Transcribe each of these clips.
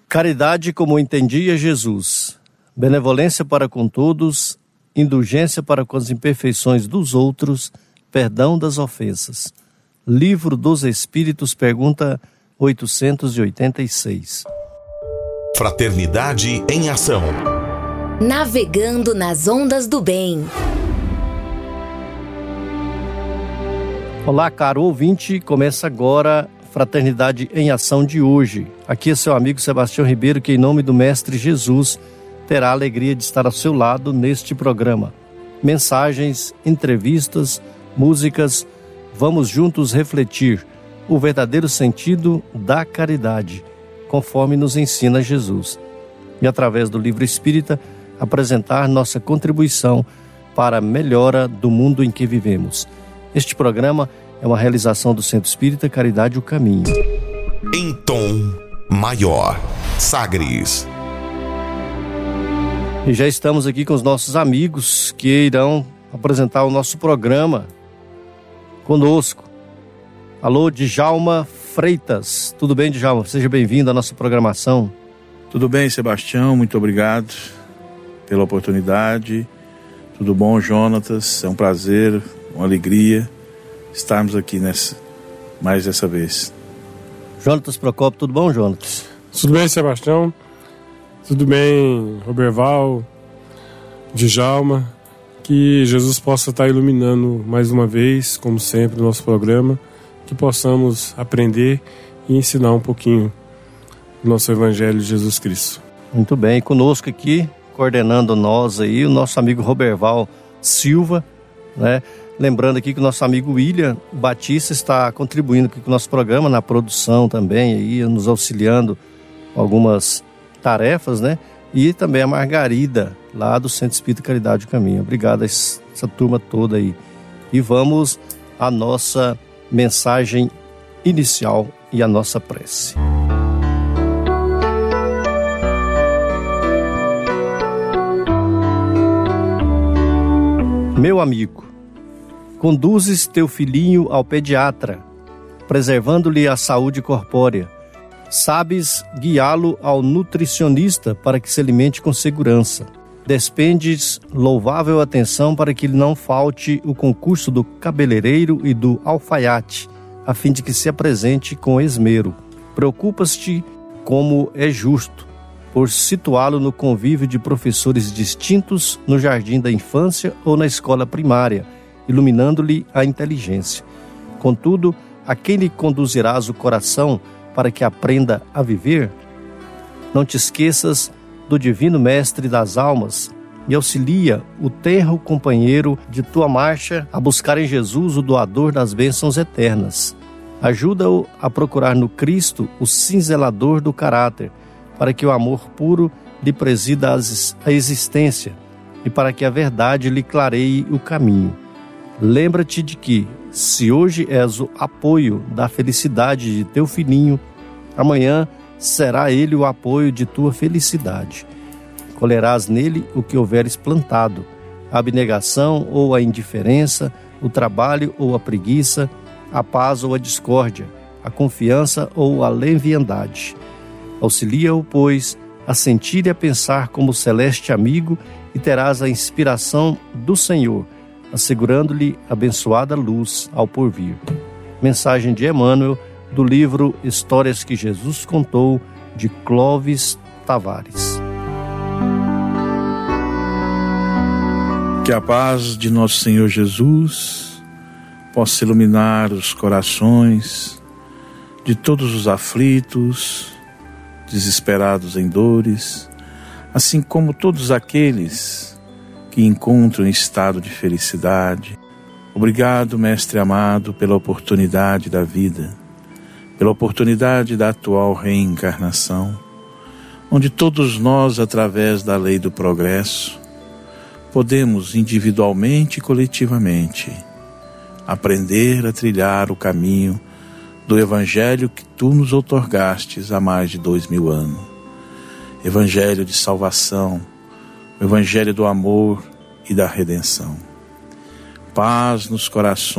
Caridade como entendia Jesus, benevolência para com todos, indulgência para com as imperfeições dos outros, perdão das ofensas. Livro dos Espíritos, pergunta 886. Fraternidade em Ação. Navegando nas ondas do bem. Olá, caro ouvinte, começa agora Fraternidade em Ação de hoje. Aqui é seu amigo Sebastião Ribeiro, que em nome do Mestre Jesus terá a alegria de estar ao seu lado neste programa. Mensagens, entrevistas, músicas, vamos juntos refletir o verdadeiro sentido da caridade, conforme nos ensina Jesus. E através do Livro Espírita, apresentar nossa contribuição para a melhora do mundo em que vivemos. Este programa é uma realização do Centro Espírita Caridade o Caminho. Em tom maior, Sagres. E já estamos aqui com os nossos amigos que irão apresentar o nosso programa conosco. Alô, Djalma Freitas. Tudo bem, Djalma? Seja bem-vindo à nossa programação. Tudo bem, Sebastião. Muito obrigado pela oportunidade. Tudo bom, Jonatas? É um prazer, uma alegria estarmos aqui mais dessa vez. Jonatas Procópio, tudo bom, Jonatas? Tudo bem, Sebastião? Tudo bem, Roberval, Djalma? Que Jesus possa estar iluminando mais uma vez, como sempre, o nosso programa, que possamos aprender e ensinar um pouquinho do nosso Evangelho de Jesus Cristo. Muito bem, conosco aqui, coordenando nós aí, o nosso amigo Roberval Silva, né? Lembrando aqui que o nosso amigo William Batista está contribuindo aqui com o nosso programa, na produção também, aí, nos auxiliando com algumas tarefas, né? E também a Margarida, lá do Centro Espírita Caridade o Caminho. Obrigado a essa turma toda aí. E vamos à nossa mensagem inicial e à nossa prece. Meu amigo, conduzes teu filhinho ao pediatra, preservando-lhe a saúde corpórea. Sabes guiá-lo ao nutricionista para que se alimente com segurança. Despendes louvável atenção para que lhe não falte o concurso do cabeleireiro e do alfaiate, a fim de que se apresente com esmero. Preocupas-te, como é justo, por situá-lo no convívio de professores distintos no jardim da infância ou na escola primária, iluminando-lhe a inteligência. Contudo, a quem lhe conduzirás o coração para que aprenda a viver? Não te esqueças do divino mestre das almas e auxilia o tenro companheiro de tua marcha a buscar em Jesus o doador das bênçãos eternas. Ajuda-o a procurar no Cristo o cinzelador do caráter, para que o amor puro lhe presida a existência e para que a verdade lhe clareie o caminho. Lembra-te de que, se hoje és o apoio da felicidade de teu filhinho, amanhã será ele o apoio de tua felicidade. Colherás nele o que houveres plantado, a abnegação ou a indiferença, o trabalho ou a preguiça, a paz ou a discórdia, a confiança ou a leviandade. Auxilia-o, pois, a sentir e a pensar como celeste amigo e terás a inspiração do Senhor, assegurando-lhe abençoada luz ao porvir. Mensagem de Emmanuel, do livro Histórias que Jesus Contou, de Clóvis Tavares. Que a paz de nosso Senhor Jesus possa iluminar os corações de todos os aflitos, desesperados em dores, assim como todos aqueles que encontram em estado de felicidade. Obrigado, Mestre amado, pela oportunidade da vida, pela oportunidade da atual reencarnação, onde todos nós, através da lei do progresso, podemos individualmente e coletivamente aprender a trilhar o caminho do Evangelho que tu nos outorgastes há mais de 2000 anos. Evangelho de salvação, o Evangelho do amor e da redenção. Paz nos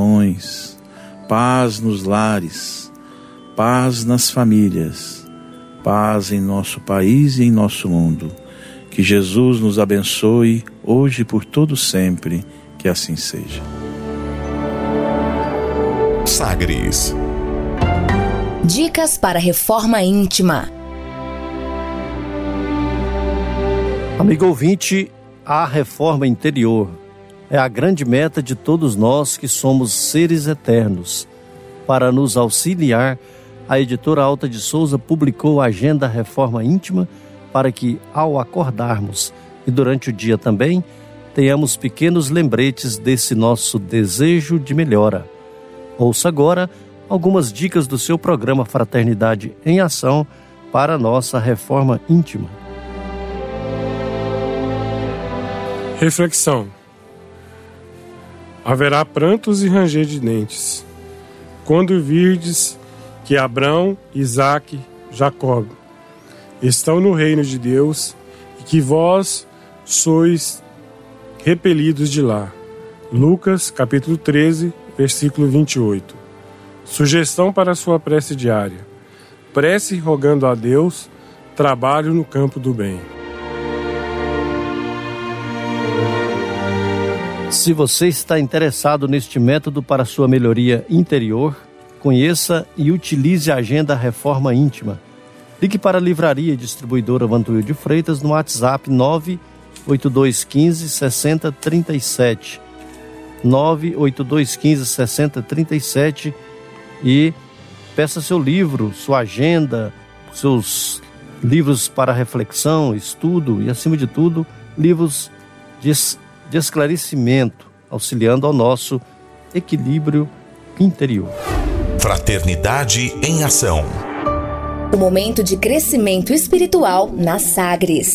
corações, paz nos lares, paz nas famílias, paz em nosso país e em nosso mundo. Que Jesus nos abençoe hoje e por todo sempre, que assim seja. Sagres. Dicas para reforma íntima. Amigo ouvinte, a reforma interior é a grande meta de todos nós que somos seres eternos. Para nos auxiliar, a editora Alta de Souza publicou a Agenda Reforma Íntima para que, ao acordarmos e durante o dia também, tenhamos pequenos lembretes desse nosso desejo de melhora. Ouça agora algumas dicas do seu programa Fraternidade em Ação para a nossa reforma íntima. Reflexão. Haverá prantos e ranger de dentes, quando virdes que Abrão, Isaque, Jacó estão no reino de Deus e que vós sois repelidos de lá. Lucas, capítulo 13, versículo 28. Sugestão para a sua prece diária. Prece rogando a Deus, trabalho no campo do bem. Se você está interessado neste método para sua melhoria interior, conheça e utilize a Agenda Reforma Íntima. Ligue para a Livraria Distribuidora Vantuil de Freitas no WhatsApp 98215 6037. 98215 6037 e peça seu livro, sua agenda, seus livros para reflexão, estudo e, acima de tudo, livros de esclarecimento, auxiliando ao nosso equilíbrio interior. Fraternidade em Ação. O momento de crescimento espiritual na Sagres.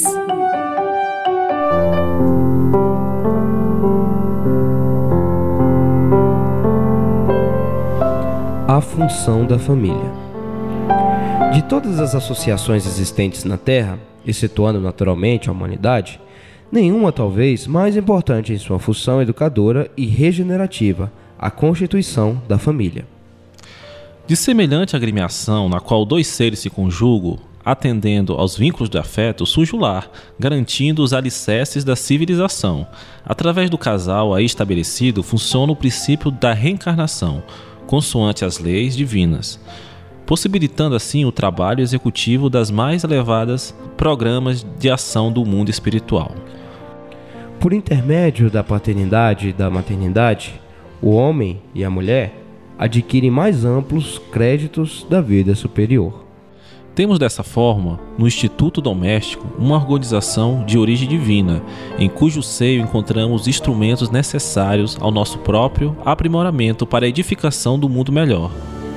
A função da família. De todas as associações existentes na Terra, excetuando naturalmente a humanidade, nenhuma talvez mais importante em sua função educadora e regenerativa, a constituição da família. De semelhante agremiação na qual dois seres se conjugam, atendendo aos vínculos de afeto, surge o lar, garantindo os alicerces da civilização. Através do casal aí estabelecido, funciona o princípio da reencarnação, consoante as leis divinas, possibilitando assim o trabalho executivo das mais elevadas programas de ação do mundo espiritual. Por intermédio da paternidade e da maternidade, o homem e a mulher adquirem mais amplos créditos da vida superior. Temos dessa forma, no Instituto Doméstico, uma organização de origem divina, em cujo seio encontramos instrumentos necessários ao nosso próprio aprimoramento para a edificação do mundo melhor.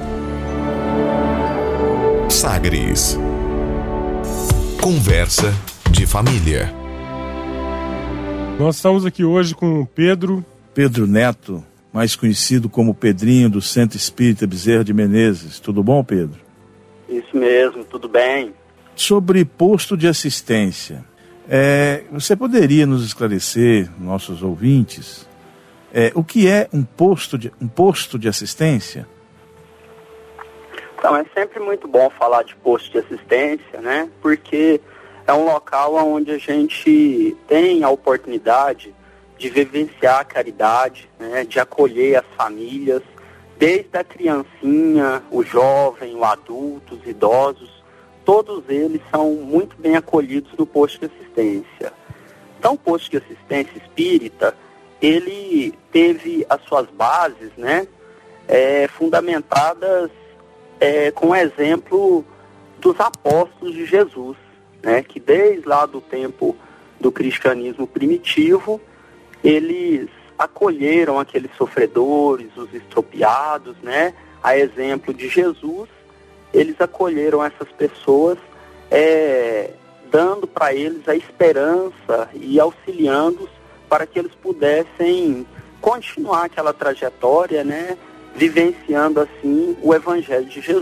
Sagres. Conversa de família. Nós estamos aqui hoje com Pedro Neto, mais conhecido como Pedrinho do Centro Espírita Bezerra de Menezes. Tudo bom, Pedro? Isso mesmo, tudo bem. Sobre posto de assistência, você poderia nos esclarecer, nossos ouvintes, o que é um posto de assistência? Então, é sempre muito bom falar de posto de assistência, né? Porque é um local onde a gente tem a oportunidade de vivenciar a caridade, né? De acolher as famílias, desde a criancinha, o jovem, o adulto, os idosos, todos eles são muito bem acolhidos no posto de assistência. Então, o posto de assistência espírita, ele teve as suas bases, né, fundamentadas com o exemplo dos apóstolos de Jesus, né, que desde lá do tempo do cristianismo primitivo, eles acolheram aqueles sofredores, os estropiados, né? A exemplo de Jesus, eles acolheram essas pessoas, dando para eles a esperança e auxiliando-os para que eles pudessem continuar aquela trajetória, né? Vivenciando assim o Evangelho de Jesus.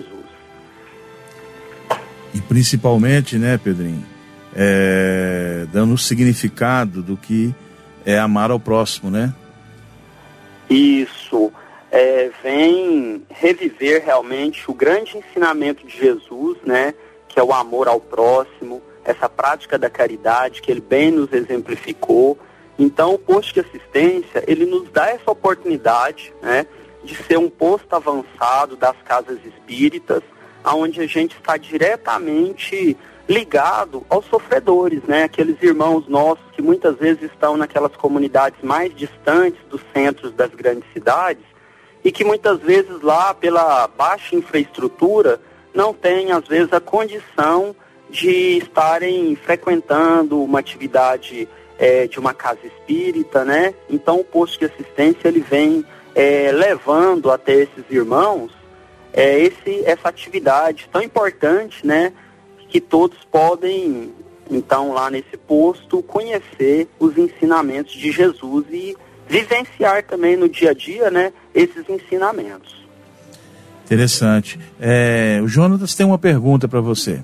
E principalmente, né, Pedrinho, dando o significado do que é amar ao próximo, né? Isso, vem reviver realmente o grande ensinamento de Jesus, né, que é o amor ao próximo, essa prática da caridade que ele bem nos exemplificou. Então, o posto de assistência, ele nos dá essa oportunidade, né, de ser um posto avançado das casas espíritas, onde a gente está diretamente ligado aos sofredores, né, aqueles irmãos nossos que muitas vezes estão naquelas comunidades mais distantes dos centros das grandes cidades e que muitas vezes lá, pela baixa infraestrutura, não têm, às vezes, a condição de estarem frequentando uma atividade de uma casa espírita, né? Então o posto de assistência ele vem levando até esses irmãos essa atividade tão importante, né? Que todos podem, então, lá nesse posto, conhecer os ensinamentos de Jesus e vivenciar também no dia a dia, né? Esses ensinamentos. Interessante. O Jonatas tem uma pergunta para você.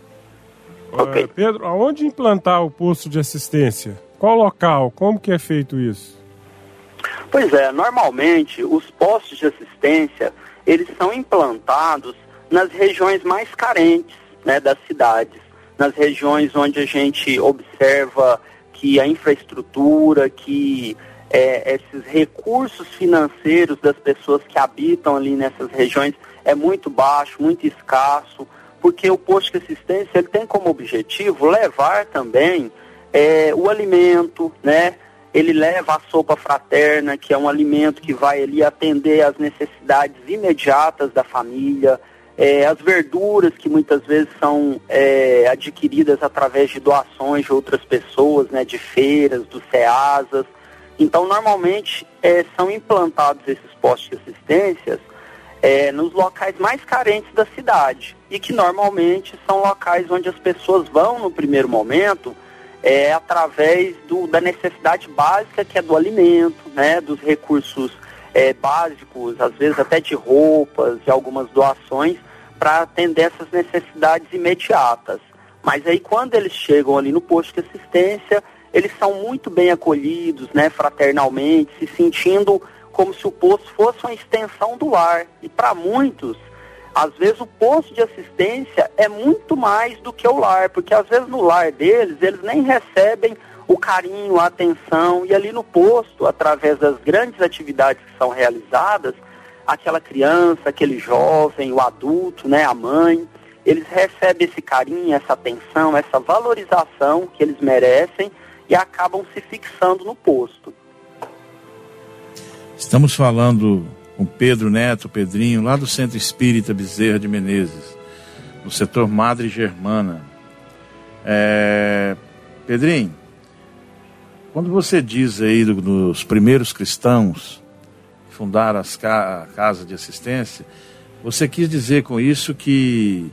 Okay. Pedro, aonde implantar o posto de assistência? Qual local? Como que é feito isso? Pois é, normalmente os postos de assistência, eles são implantados nas regiões mais carentes, né, das cidades, nas regiões onde a gente observa que a infraestrutura, que esses recursos financeiros das pessoas que habitam ali nessas regiões é muito baixo, muito escasso, porque o posto de assistência ele tem como objetivo levar também o alimento, né? Ele leva a sopa fraterna, que é um alimento que vai ali atender às necessidades imediatas da família, as verduras que muitas vezes são adquiridas através de doações de outras pessoas, né? De feiras, dos ceasas. Então, normalmente, são implantados esses postos de assistências nos locais mais carentes da cidade e que normalmente são locais onde as pessoas vão no primeiro momento através da necessidade básica que é do alimento, né, dos recursos básicos, às vezes até de roupas, de algumas doações para atender essas necessidades imediatas. Mas aí quando eles chegam ali no posto de assistência, eles são muito bem acolhidos, né, fraternalmente, se sentindo como se o posto fosse uma extensão do lar. E para muitos, às vezes o posto de assistência é muito mais do que o lar, porque às vezes no lar deles, eles nem recebem o carinho, a atenção, e ali no posto, através das grandes atividades que são realizadas, aquela criança, aquele jovem, o adulto, né, a mãe, eles recebem esse carinho, essa atenção, essa valorização que eles merecem e acabam se fixando no posto. Estamos falando com Pedro Neto, Pedrinho, lá do Centro Espírita Bezerra de Menezes, no setor Madre Germana. Pedrinho, quando você diz aí dos primeiros cristãos que fundaram a casa de assistência, você quis dizer com isso que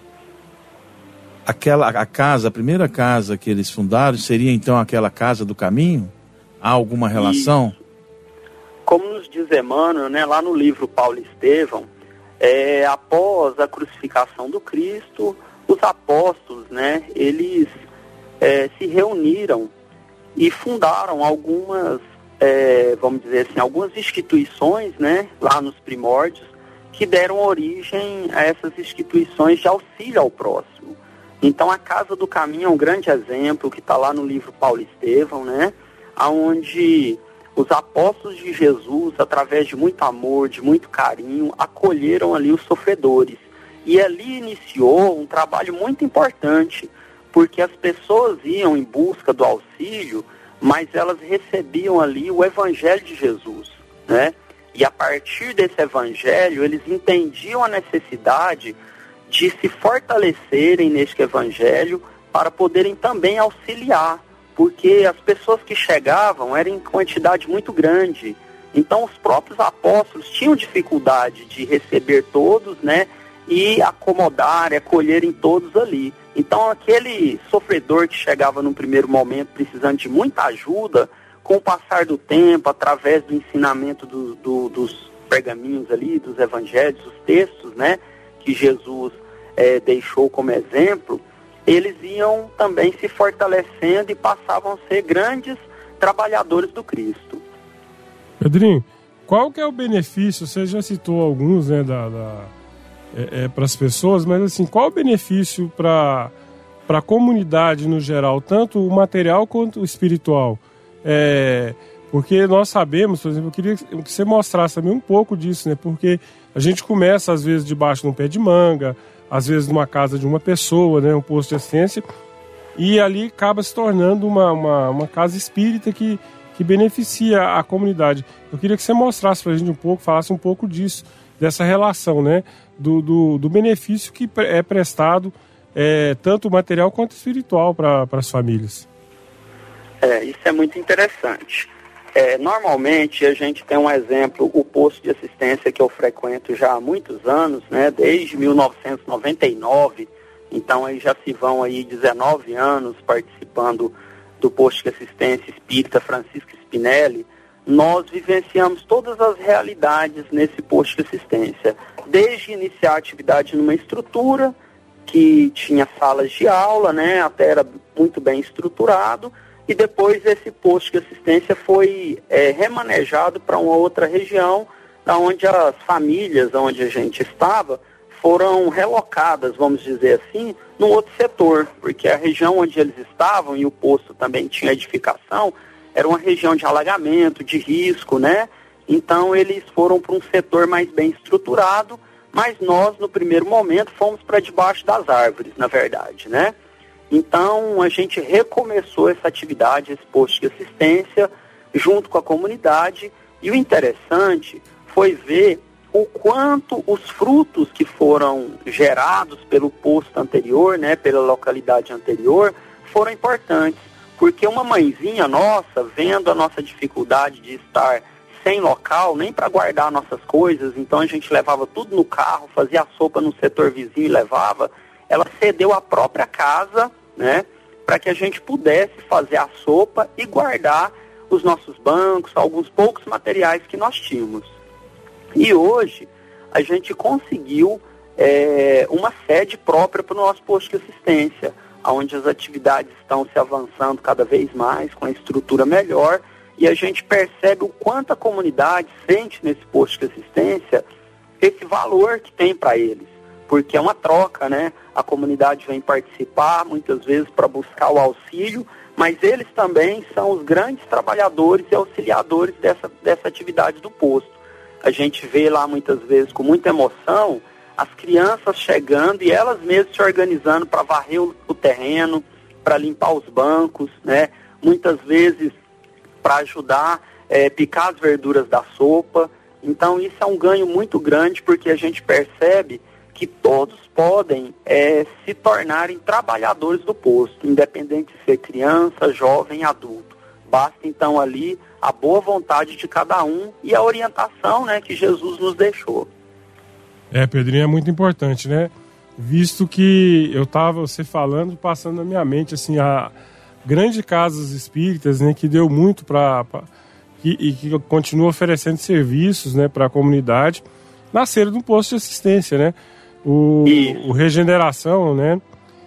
a primeira casa que eles fundaram seria então aquela casa do caminho? Há alguma relação? Isso. Como nos diz Emmanuel, né, lá no livro Paulo Estevão, após a crucificação do Cristo, os apóstolos, né, eles se reuniram e fundaram algumas, vamos dizer assim, algumas instituições, né, lá nos primórdios, que deram origem a essas instituições de auxílio ao próximo. Então a Casa do Caminho é um grande exemplo que está lá no livro Paulo Estevão, né, onde os apóstolos de Jesus, através de muito amor, de muito carinho, acolheram ali os sofredores. E ali iniciou um trabalho muito importante, porque as pessoas iam em busca do auxílio, mas elas recebiam ali o Evangelho de Jesus, né? E a partir desse Evangelho, eles entendiam a necessidade de se fortalecerem neste Evangelho para poderem também auxiliar, porque as pessoas que chegavam eram em quantidade muito grande. Então os próprios apóstolos tinham dificuldade de receber todos, né, e acomodar, acolherem todos ali. Então aquele sofredor que chegava num primeiro momento precisando de muita ajuda, com o passar do tempo, através do ensinamento dos pergaminhos ali, dos evangelhos, dos textos, né, que Jesus deixou como exemplo, eles iam também se fortalecendo e passavam a ser grandes trabalhadores do Cristo. Pedrinho, qual que é o benefício? Você já citou alguns, né, para as pessoas, mas assim, qual o benefício para a comunidade no geral, tanto o material quanto o espiritual? Porque nós sabemos, por exemplo, eu queria que você mostrasse também um pouco disso, né? Porque a gente começa, às vezes, debaixo de um pé de manga, às vezes numa casa de uma pessoa, né? Um posto de assistência, e ali acaba se tornando uma casa espírita que beneficia a comunidade. Eu queria que você mostrasse para a gente um pouco, falasse um pouco disso, dessa relação, né? Do benefício que é prestado, tanto material quanto espiritual para as famílias. Isso é muito interessante. Normalmente a gente tem um exemplo, o posto de assistência que eu frequento já há muitos anos, né, desde 1999, então aí já se vão aí 19 anos participando do posto de assistência espírita Francisco Spinelli. Nós vivenciamos todas as realidades nesse posto de assistência, desde iniciar a atividade numa estrutura que tinha salas de aula, né, até era muito bem estruturado, e depois esse posto de assistência foi remanejado para uma outra região, onde as famílias onde a gente estava foram relocadas, vamos dizer assim, num outro setor, porque a região onde eles estavam, e o posto também tinha edificação, era uma região de alagamento, de risco, né? Então eles foram para um setor mais bem estruturado, mas nós, no primeiro momento, fomos para debaixo das árvores, na verdade, né? Então, a gente recomeçou essa atividade, esse posto de assistência, junto com a comunidade, e o interessante foi ver o quanto os frutos que foram gerados pelo posto anterior, né, pela localidade anterior, foram importantes, porque uma mãezinha nossa, vendo a nossa dificuldade de estar sem local, nem para guardar nossas coisas, então a gente levava tudo no carro, fazia a sopa no setor vizinho e levava, ela cedeu a própria casa, né, para que a gente pudesse fazer a sopa e guardar os nossos bancos, alguns poucos materiais que nós tínhamos. E hoje a gente conseguiu uma sede própria para o nosso posto de assistência, onde as atividades estão se avançando cada vez mais, com a estrutura melhor, e a gente percebe o quanto a comunidade sente nesse posto de assistência esse valor que tem para eles. Porque é uma troca, né? A comunidade vem participar, muitas vezes para buscar o auxílio, mas eles também são os grandes trabalhadores e auxiliadores dessa atividade do posto. A gente vê lá muitas vezes com muita emoção as crianças chegando e elas mesmas se organizando para varrer o terreno, para limpar os bancos, né? Muitas vezes para ajudar a picar as verduras da sopa. Então isso é um ganho muito grande, porque a gente percebe que todos podem se tornarem trabalhadores do posto, independente de ser criança, jovem, adulto. Basta então ali a boa vontade de cada um e a orientação, né, que Jesus nos deixou. Pedrinho, é muito importante, né? Visto que eu estava, você falando, passando na minha mente, assim, a grandes casas espíritas, né, que deu muito e que continua oferecendo serviços, né, para a comunidade, nasceram de um posto de assistência, né? O Regeneração, né,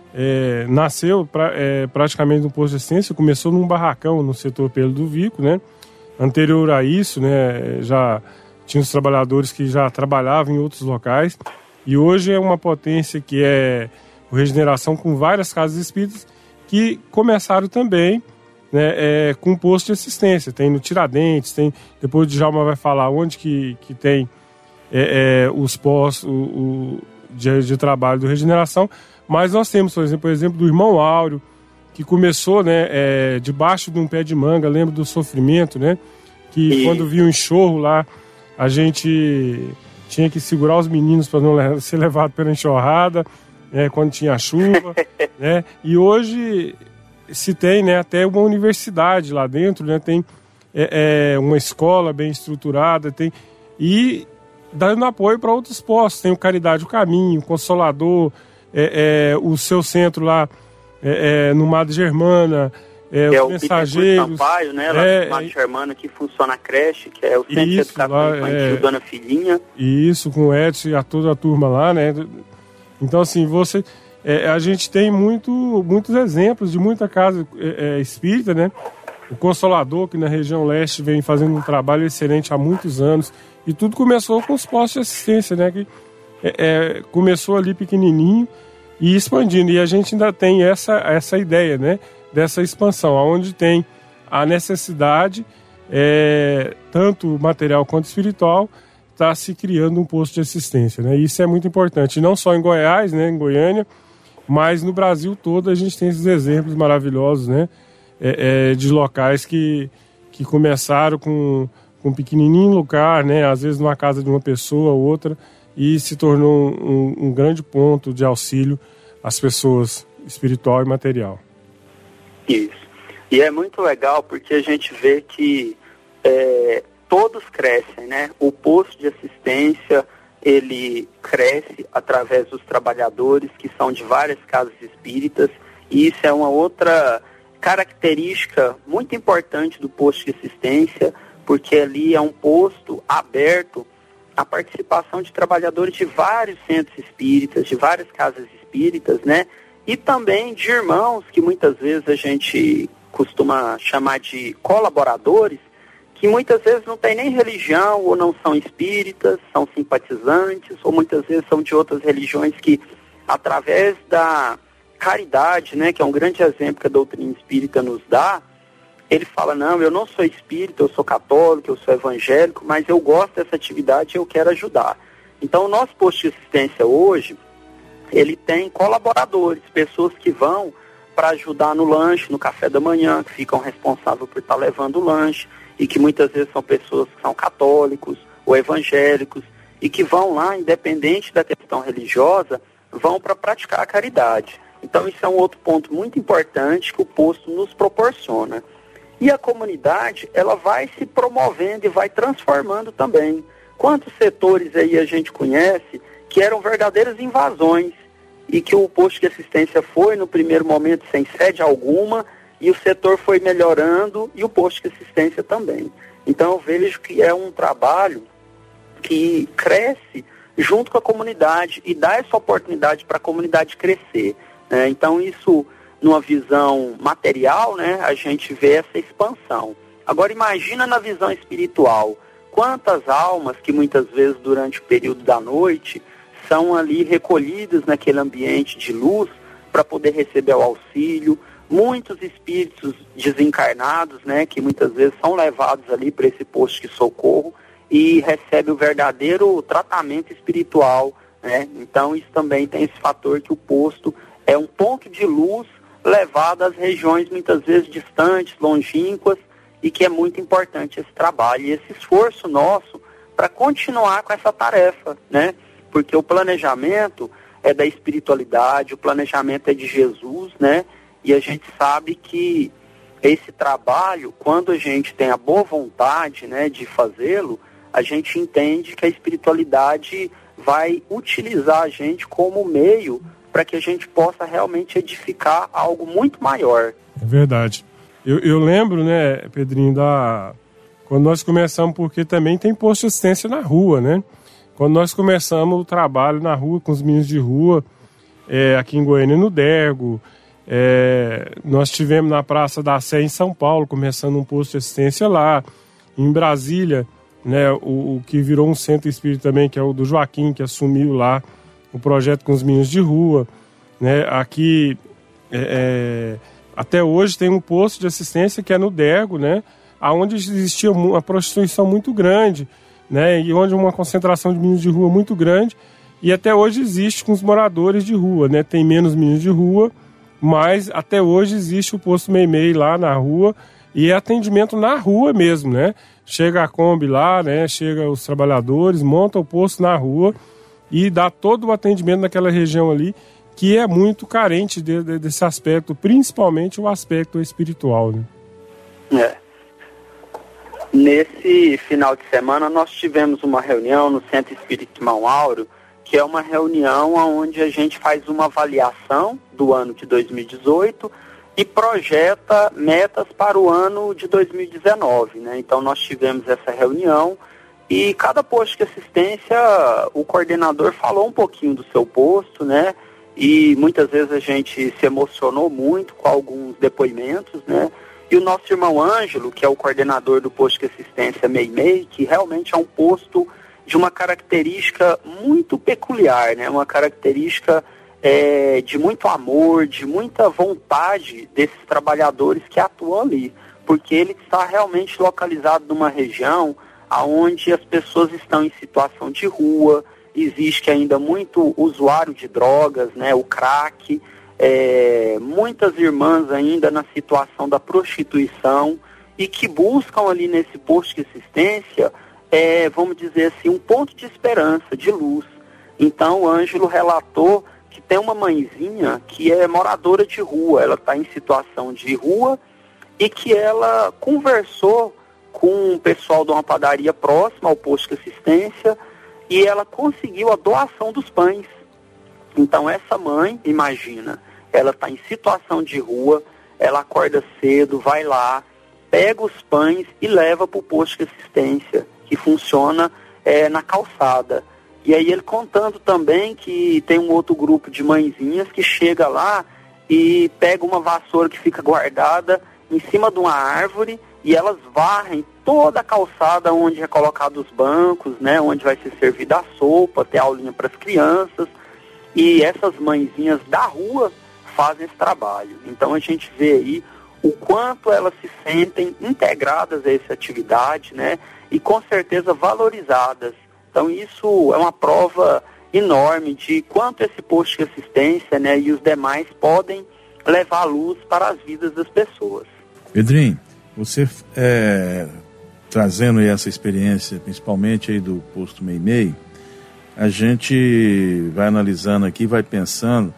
nasceu praticamente no posto de assistência, começou num barracão no setor Pedro do Vico, né? Anterior a isso, né, já tinha os trabalhadores que já trabalhavam em outros locais, e hoje é uma potência que é o Regeneração, com várias casas espíritas que começaram também, né, com posto de assistência. Tem no Tiradentes, tem, depois o Djalma vai falar onde que tem os postos de trabalho do Regeneração, mas nós temos, por exemplo, do irmão Áureo, que começou, né, debaixo de um pé de manga. Lembro do sofrimento, né, que quando viu um enxurro lá, a gente tinha que segurar os meninos para não ser levado pela enxurrada, quando tinha chuva, né, e hoje se tem, né, até uma universidade lá dentro, né, tem uma escola bem estruturada, e dando apoio para outros postos. Tem o Caridade, o Caminho, o Consolador, o seu centro lá no Madre Germana, os Mensageiros. Sampaio, né? Lá no Madre Germana, que funciona a creche, que é o Centro de Educação Infantil Dona Filhinha. Isso, com o Edson e toda a turma lá, né? Então, assim, a gente tem muitos exemplos de muita casa espírita, né? O Consolador, que na região leste vem fazendo um trabalho excelente há muitos anos. E tudo começou com os postos de assistência, né? começou ali pequenininho e expandindo. E a gente ainda tem essa ideia, né, dessa expansão, onde tem a necessidade, tanto material quanto espiritual, está se criando um posto de assistência, né? Isso é muito importante, não só em Goiás, né, em Goiânia, mas no Brasil todo a gente tem esses exemplos maravilhosos, né, de locais que começaram com um pequenininho lugar, né, às vezes numa casa de uma pessoa ou outra, e se tornou um grande ponto de auxílio às pessoas espiritual e material. Isso. E é muito legal porque a gente vê que todos crescem, né? O posto de assistência, ele cresce através dos trabalhadores que são de várias casas espíritas, e isso é uma outra característica muito importante do posto de assistência, porque ali é um posto aberto à participação de trabalhadores de vários centros espíritas, de várias casas espíritas, né? E também de irmãos que muitas vezes a gente costuma chamar de colaboradores, que muitas vezes não tem nem religião, ou não são espíritas, são simpatizantes, ou muitas vezes são de outras religiões que, através da caridade, né, que é um grande exemplo que a doutrina espírita nos dá, ele fala, não, eu não sou espírita, eu sou católico, eu sou evangélico, mas eu gosto dessa atividade e eu quero ajudar. Então, o nosso posto de assistência hoje, ele tem colaboradores, pessoas que vão para ajudar no lanche, no café da manhã, que ficam responsáveis por estar levando o lanche, e que muitas vezes são pessoas que são católicos ou evangélicos, e que vão lá, independente da questão religiosa, vão para praticar a caridade. Então, isso é um outro ponto muito importante que o posto nos proporciona. E a comunidade, ela vai se promovendo e vai transformando também. Quantos setores aí a gente conhece que eram verdadeiras invasões e que o posto de assistência foi, no primeiro momento, sem sede alguma, e o setor foi melhorando e o posto de assistência também. Então, eu vejo que é um trabalho que cresce junto com a comunidade e dá essa oportunidade para a comunidade crescer. Então, isso, numa visão material, né, a gente vê essa expansão. Agora, imagina na visão espiritual. Quantas almas que muitas vezes durante o período da noite são ali recolhidas naquele ambiente de luz para poder receber o auxílio. Muitos espíritos desencarnados, né, que muitas vezes são levados ali para esse posto de socorro e recebem o verdadeiro tratamento espiritual, né? Então, isso também tem esse fator que o posto é um ponto de luz levado às regiões muitas vezes distantes, longínquas, e que é muito importante esse trabalho e esse esforço nosso para continuar com essa tarefa, né? Porque o planejamento é da espiritualidade, o planejamento é de Jesus, né? E a gente sabe que esse trabalho, quando a gente tem a boa vontade, né, de fazê-lo, a gente entende que a espiritualidade vai utilizar a gente como meio para que a gente possa realmente edificar algo muito maior. É verdade. Eu lembro, né, Pedrinho, quando nós começamos, porque também tem posto de assistência na rua, né? Quando nós começamos o trabalho na rua, com os meninos de rua, aqui em Goiânia, no Dergo, nós tivemos na Praça da Sé, em São Paulo, começando um posto de assistência lá. Em Brasília, né, o que virou um centro espírita também, que é o do Joaquim, que assumiu lá o projeto com os meninos de rua, né? Aqui, até hoje, tem um posto de assistência que é no Dergo, né, onde existia uma prostituição muito grande, né, e onde uma concentração de meninos de rua muito grande, e até hoje existe com os moradores de rua, né? Tem menos meninos de rua, mas até hoje existe o posto Meimei lá na rua, e é atendimento na rua mesmo, né? Chega a Kombi lá, né? Chega os trabalhadores, monta o posto na rua e dá todo o atendimento naquela região ali, que é muito carente desse aspecto, principalmente o aspecto espiritual, né? Nesse final de semana nós tivemos uma reunião no Centro Espírita Irmão Áureo, que é uma reunião onde a gente faz uma avaliação do ano de 2018 e projeta metas para o ano de 2019, né? Então nós tivemos essa reunião e cada posto de assistência, o coordenador falou um pouquinho do seu posto, né? E muitas vezes a gente se emocionou muito com alguns depoimentos, né? E o nosso irmão Ângelo, que é o coordenador do posto de assistência Meimei, que realmente é um posto de uma característica muito peculiar, né? Uma característica de muito amor, de muita vontade desses trabalhadores que atuam ali, porque ele está realmente localizado numa região onde as pessoas estão em situação de rua, existe ainda muito usuário de drogas, né? O crack, muitas irmãs ainda na situação da prostituição e que buscam ali nesse posto de assistência, vamos dizer assim, um ponto de esperança, de luz. Então o Ângelo relatou que tem uma mãezinha que é moradora de rua, ela está em situação de rua e que ela conversou com o pessoal de uma padaria próxima ao posto de assistência e ela conseguiu a doação dos pães. Então essa mãe, imagina, ela está em situação de rua, ela acorda cedo, vai lá, pega os pães e leva para o posto de assistência, que funciona na calçada. E aí ele contando também que tem um outro grupo de mãezinhas que chega lá e pega uma vassoura que fica guardada em cima de uma árvore e elas varrem toda a calçada onde é colocado os bancos, né, onde vai ser servida a sopa, ter aulinha para as crianças. E essas mãezinhas da rua fazem esse trabalho. Então a gente vê aí o quanto elas se sentem integradas a essa atividade, né, e com certeza valorizadas. Então isso é uma prova enorme de quanto esse posto de assistência, né, e os demais podem levar luz para as vidas das pessoas. Pedrinho, você trazendo aí essa experiência, principalmente aí do posto Meimei, a gente vai analisando aqui, vai pensando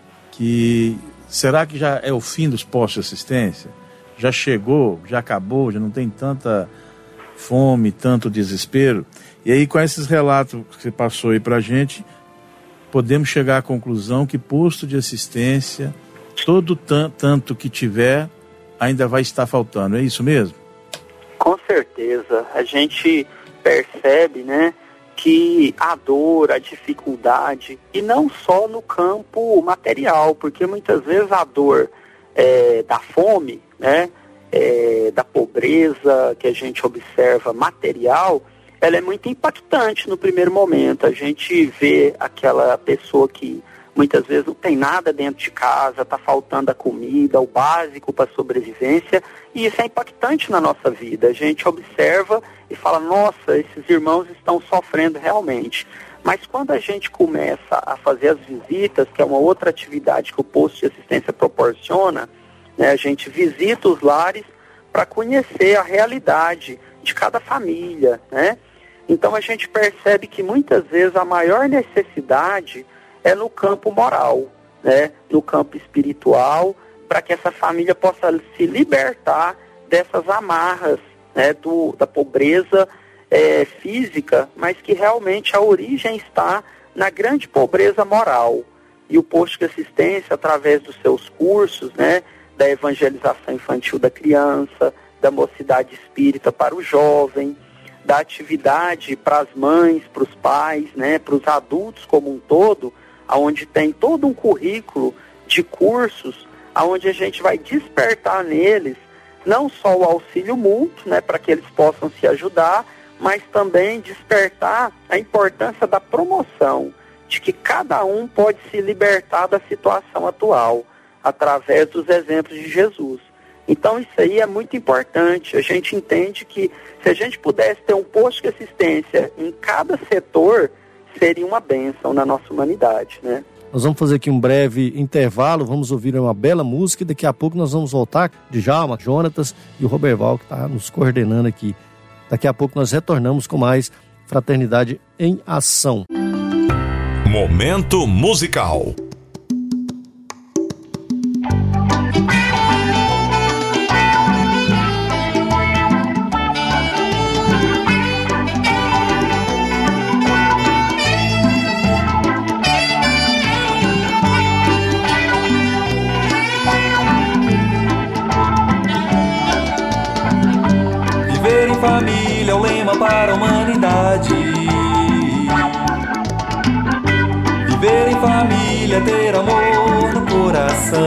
que será que já é o fim dos postos de assistência? Já chegou, já acabou, já não tem tanta fome, tanto desespero? E aí, com esses relatos que você passou aí pra gente, podemos chegar à conclusão que posto de assistência, todo tanto que tiver, ainda vai estar faltando. É isso mesmo? Com certeza. A gente percebe, né, que a dor, a dificuldade, e não só no campo material, porque muitas vezes a dor da fome, né, da pobreza que a gente observa material, ela é muito impactante no primeiro momento. A gente vê aquela pessoa que muitas vezes não tem nada dentro de casa, está faltando a comida, o básico para a sobrevivência, e isso é impactante na nossa vida. A gente observa e fala, nossa, esses irmãos estão sofrendo realmente. Mas quando a gente começa a fazer as visitas, que é uma outra atividade que o posto de assistência proporciona, né, a gente visita os lares para conhecer a realidade de cada família, né? Então a gente percebe que muitas vezes a maior necessidade é no campo moral, né? No campo espiritual, para que essa família possa se libertar dessas amarras, né? Da pobreza física, mas que realmente a origem está na grande pobreza moral. E o posto de assistência, através dos seus cursos, né? Da evangelização infantil da criança, da mocidade espírita para o jovem, da atividade para as mães, para os pais, né, para os adultos como um todo, onde tem todo um currículo de cursos, onde a gente vai despertar neles não só o auxílio mútuo, né, para que eles possam se ajudar, mas também despertar a importância da promoção, de que cada um pode se libertar da situação atual, através dos exemplos de Jesus. Então isso aí é muito importante. A gente entende que se a gente pudesse ter um posto de assistência em cada setor, seria uma bênção na nossa humanidade, né? Nós vamos fazer aqui um breve intervalo, vamos ouvir uma bela música e daqui a pouco nós vamos voltar, Djalma, Jonatas e o Roberval que está nos coordenando aqui. Daqui a pouco nós retornamos com mais Fraternidade em Ação. Momento musical. Viver em família é o lema para a humanidade. Viver em família é ter amor no coração.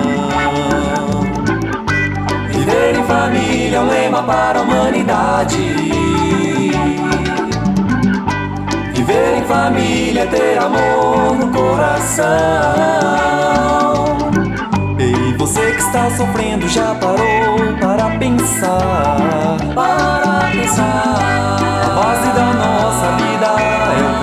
Viver em família é o lema para a humanidade. em família é ter amor no coração. Ei, você que está sofrendo, já parou para pensar? Para pensar. A base da nossa vida é o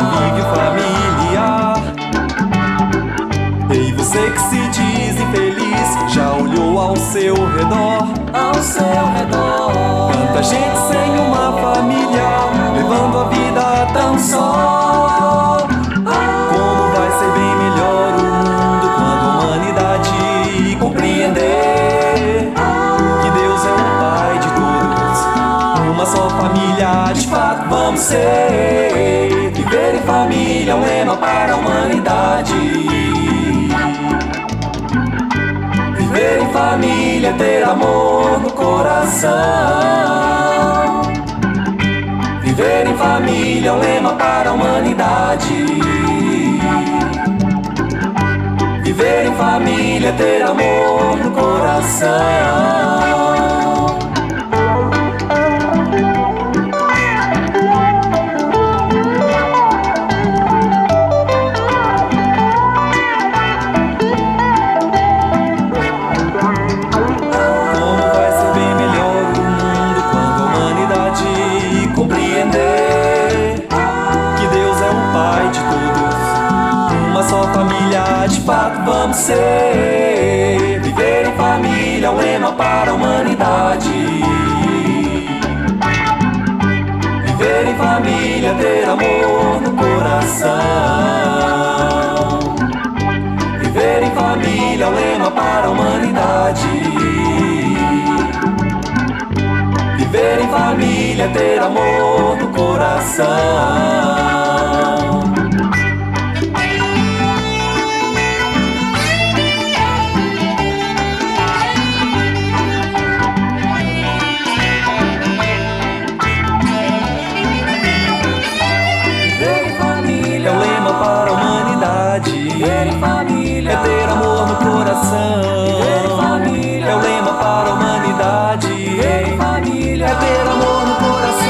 convívio familiar. Ei, você que se diz infeliz, já olhou ao seu redor? Ao seu redor. Tanta gente sem uma família, levando a vida tão só. Como vai ser bem melhor o mundo quando a humanidade compreender que Deus é o Pai de todos, uma só família de fato vamos ser. Viver em família é um lema para a humanidade. Viver em família é ter amor no coração. Viver em família é um lema para a humanidade. Viver em família é ter amor no coração. De fato vamos ser. Viver em família é um lema para a humanidade. Viver em família é ter amor no coração. Viver em família é um lema para a humanidade. Viver em família é ter amor no coração. Viver em família é ter amor no coração. Viver em família é o lema para a humanidade. Viver em família é ter amor no coração.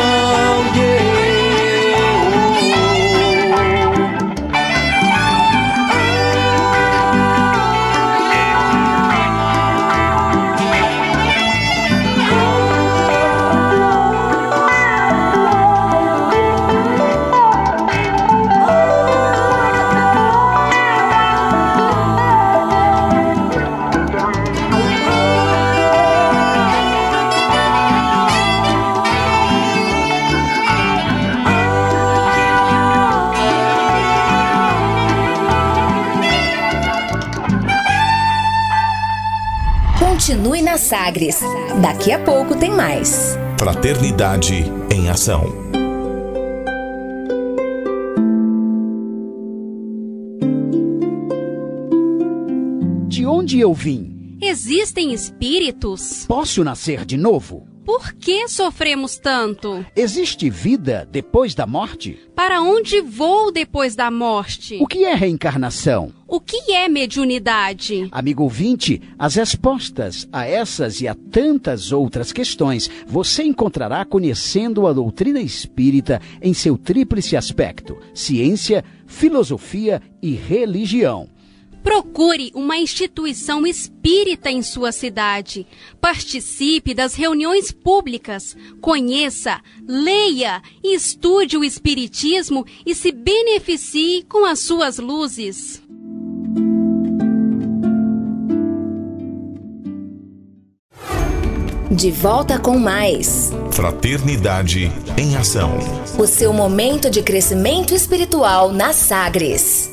Continue na Sagres. Daqui a pouco tem mais. Fraternidade em Ação. De onde eu vim? Existem espíritos? Posso nascer de novo? Por que sofremos tanto? Existe vida depois da morte? Para onde vou depois da morte? O que é reencarnação? O que é mediunidade? Amigo ouvinte, as respostas a essas e a tantas outras questões você encontrará conhecendo a doutrina espírita em seu tríplice aspecto: ciência, filosofia e religião. Procure uma instituição espírita em sua cidade. Participe das reuniões públicas. Conheça, leia e estude o espiritismo e se beneficie com as suas luzes. De volta com mais. Fraternidade em Ação. O seu momento de crescimento espiritual na Sagres.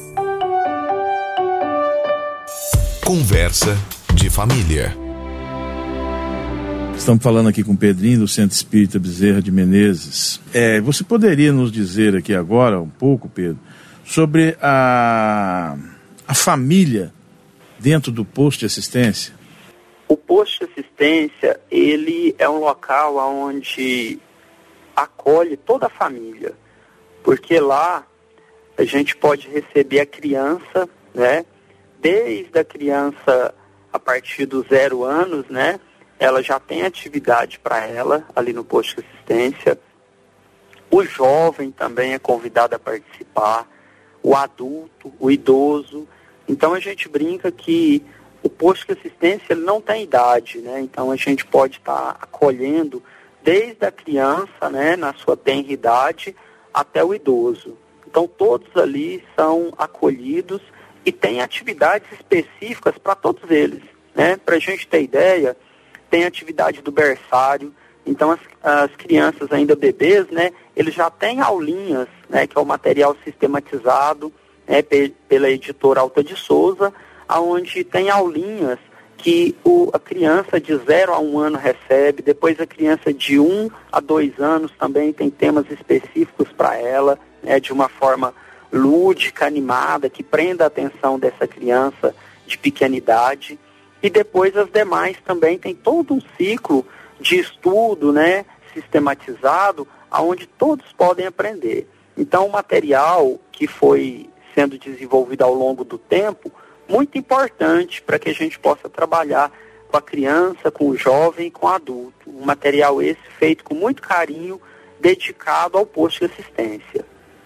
Conversa de família. Estamos falando aqui com o Pedrinho do Centro Espírita Bezerra de Menezes. Você poderia nos dizer aqui agora um pouco, Pedro, sobre a família dentro do posto de assistência? O posto de assistência, ele é um local onde acolhe toda a família, porque lá a gente pode receber a criança, né? Desde a criança, a partir dos 0 anos, né? Ela já tem atividade para ela ali no posto de assistência. o jovem também é convidado a participar, o adulto, o idoso. Então a gente brinca que o posto de assistência ele não tem idade, né? Então a gente pode estar acolhendo desde a criança, né, na sua tenra idade, até o idoso. Então todos ali são acolhidos e tem atividades específicas para todos eles, né? Para a gente ter ideia, tem atividade do berçário. Então as crianças ainda bebês, né, eles já têm aulinhas, né, que é o material sistematizado, né, pela editora Alta de Souza, onde tem aulinhas que a criança de 0 a 1 ano recebe, depois a criança de 1 a 2 anos também tem temas específicos para ela, né, de uma forma lúdica, animada, que prenda a atenção dessa criança de pequena idade. E depois as demais também tem todo um ciclo de estudo, né, sistematizado, onde todos podem aprender. Então, o material que foi sendo desenvolvido ao longo do tempo, muito importante para que a gente possa trabalhar com a criança, com o jovem e com o adulto. Um material esse feito com muito carinho, dedicado ao posto de assistência.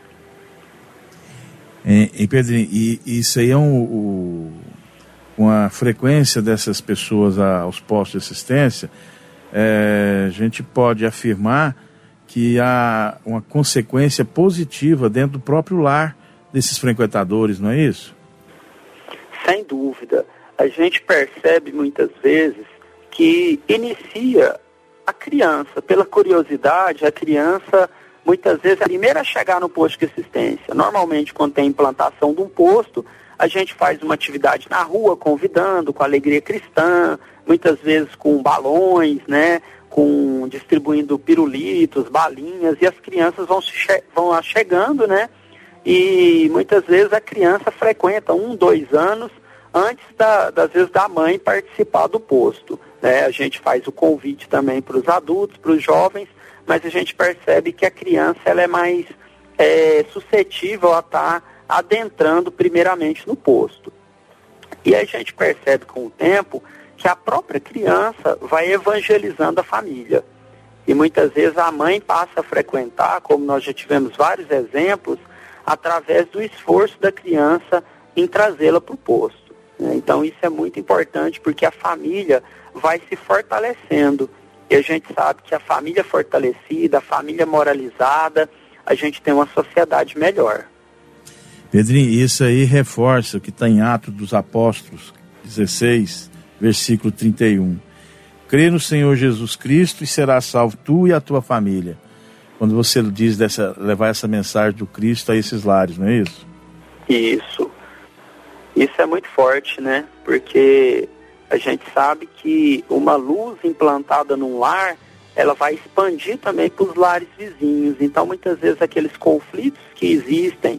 E Pedrinho, isso aí é uma frequência dessas pessoas aos postos de assistência, a gente pode afirmar que há uma consequência positiva dentro do próprio lar desses frequentadores, não é isso? Sem dúvida. A gente percebe muitas vezes que inicia a criança, pela curiosidade, a criança muitas vezes é a primeira a chegar no posto de assistência. Normalmente, quando tem implantação de um posto, a gente faz uma atividade na rua, convidando, com alegria cristã, muitas vezes com balões, né, distribuindo pirulitos, balinhas, e as crianças vão chegando, né, e muitas vezes a criança frequenta 1, 2 anos antes das vezes da mãe participar do posto, né. A gente faz o convite também para os adultos, para os jovens, mas a gente percebe que a criança ela é mais suscetível a estar adentrando primeiramente no posto. E a gente percebe com o tempo que a própria criança vai evangelizando a família. E muitas vezes a mãe passa a frequentar, como nós já tivemos vários exemplos, através do esforço da criança em trazê-la para o posto. Então isso é muito importante porque a família vai se fortalecendo. E a gente sabe que a família fortalecida, a família moralizada, a gente tem uma sociedade melhor. Pedrinho, isso aí reforça o que está em Atos dos Apóstolos 16, versículo 31. Crê no Senhor Jesus Cristo e serás salvo tu e a tua família. Quando você diz levar essa mensagem do Cristo a esses lares, não é isso? Isso. Isso é muito forte, né? Porque a gente sabe que uma luz implantada num lar, ela vai expandir também para os lares vizinhos. Então, muitas vezes, aqueles conflitos que existem,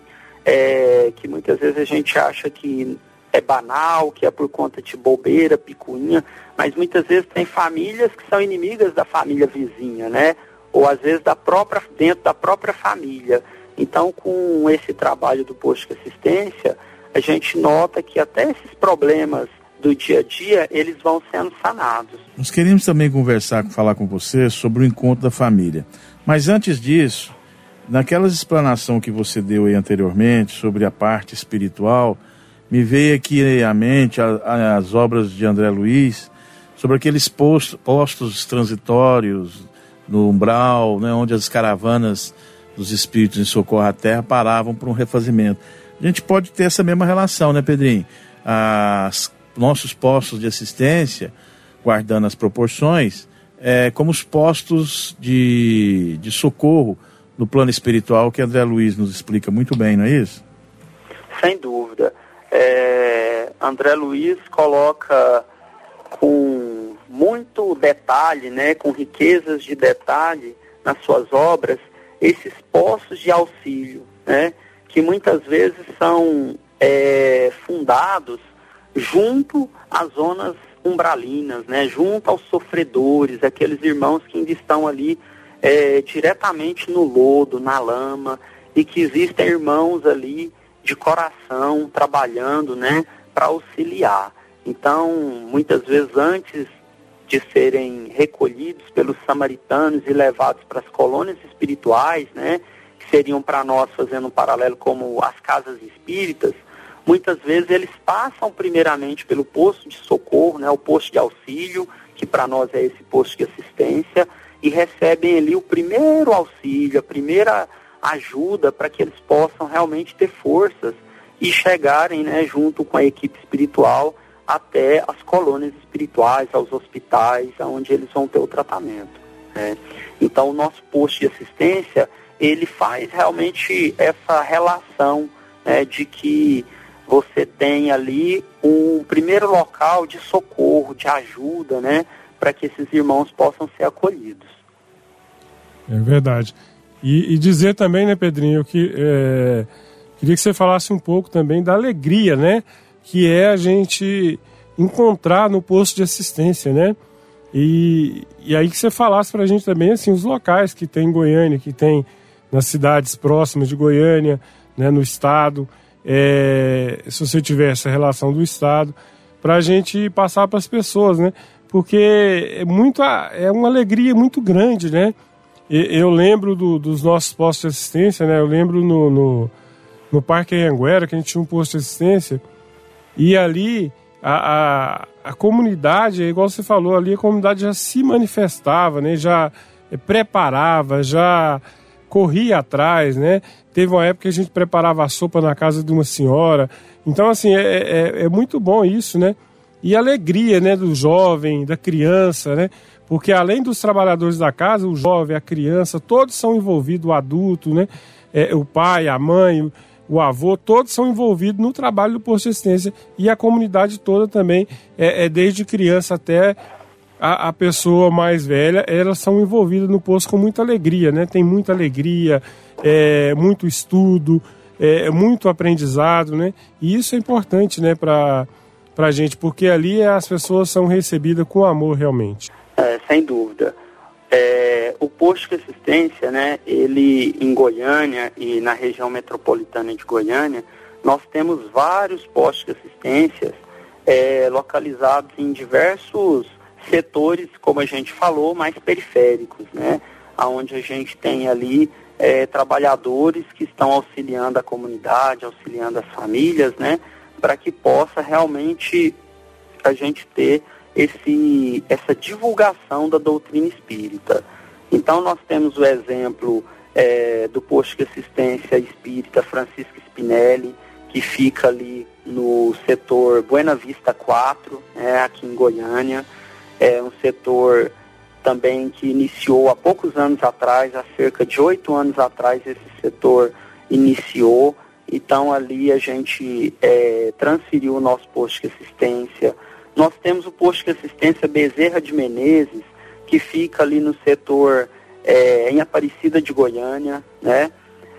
que muitas vezes a gente acha que é banal, que é por conta de bobeira, picuinha, mas muitas vezes tem famílias que são inimigas da família vizinha, né? Ou às vezes dentro da própria família. Então, com esse trabalho do posto de assistência, a gente nota que até esses problemas do dia a dia, eles vão sendo sanados. Nós queríamos também falar com você sobre o encontro da família. Mas antes disso, naquela explanação que você deu aí anteriormente sobre a parte espiritual, me veio aqui à mente as obras de André Luiz sobre aqueles postos transitórios no umbral, né, onde as caravanas dos espíritos em socorro à terra paravam para um refazimento. A gente pode ter essa mesma relação, né, Pedrinho? Nossos postos de assistência, guardando as proporções, como os postos de socorro no plano espiritual, que André Luiz nos explica muito bem, não é isso? Sem dúvida. André Luiz coloca com muito detalhe, né, com riquezas de detalhe nas suas obras, esses postos de auxílio, né, que muitas vezes são fundados junto às zonas umbralinas, né, junto aos sofredores, aqueles irmãos que ainda estão ali diretamente no lodo, na lama, e que existem irmãos ali de coração trabalhando, né, para auxiliar. Então, muitas vezes antes de serem recolhidos pelos samaritanos e levados para as colônias espirituais, né, que seriam para nós, fazendo um paralelo, como as casas espíritas. Muitas vezes eles passam primeiramente pelo posto de socorro, né, o posto de auxílio, que para nós é esse posto de assistência, e recebem ali o primeiro auxílio, a primeira ajuda para que eles possam realmente ter forças e chegarem, né, junto com a equipe espiritual até as colônias espirituais, aos hospitais, onde eles vão ter o tratamento, né? Então o nosso posto de assistência, ele faz realmente essa relação, né, de que você tem ali um primeiro local de socorro, de ajuda, né, para que esses irmãos possam ser acolhidos. É verdade. E dizer também, né, Pedrinho, que queria que você falasse um pouco também da alegria, né, que é a gente encontrar no posto de assistência, né? E aí que você falasse para a gente também, assim, os locais que tem em Goiânia, que tem nas cidades próximas de Goiânia, né, no estado, se você tiver essa relação do estado, para a gente passar para as pessoas, né? Porque é uma alegria muito grande, né? Eu lembro dos nossos postos de assistência, né? Eu lembro no Parque Anhanguera, que a gente tinha um posto de assistência, e ali a comunidade, igual você falou, ali a comunidade já se manifestava, né? Já preparava, já corria atrás, né? Teve uma época que a gente preparava a sopa na casa de uma senhora. Então, assim, é muito bom isso, né? E a alegria, né, do jovem, da criança, né? Porque além dos trabalhadores da casa, o jovem, a criança, todos são envolvidos, o adulto, né? O pai, a mãe, o avô, todos são envolvidos no trabalho do posto de assistência, e a comunidade toda também, desde criança até a pessoa mais velha, elas são envolvidas no posto com muita alegria, né? Tem muita alegria, muito estudo, muito aprendizado, né? E isso é importante, né, para a gente, porque ali as pessoas são recebidas com amor realmente. Sem dúvida. O posto de assistência, né, ele em Goiânia e na região metropolitana de Goiânia, nós temos vários postos de assistência localizados em diversos setores, como a gente falou, mais periféricos, né, onde a gente tem ali trabalhadores que estão auxiliando a comunidade, auxiliando as famílias, né, para que possa realmente a gente ter essa divulgação da doutrina espírita. Então nós temos o exemplo do posto de assistência espírita Francisco Spinelli, que fica ali no setor Buena Vista 4, aqui em Goiânia. É um setor também que iniciou há poucos anos atrás, há cerca de 8 anos atrás esse setor iniciou. Então ali a gente transferiu o nosso posto de assistência. Nós temos o posto de assistência Bezerra de Menezes, que fica ali no setor em Aparecida de Goiânia, né?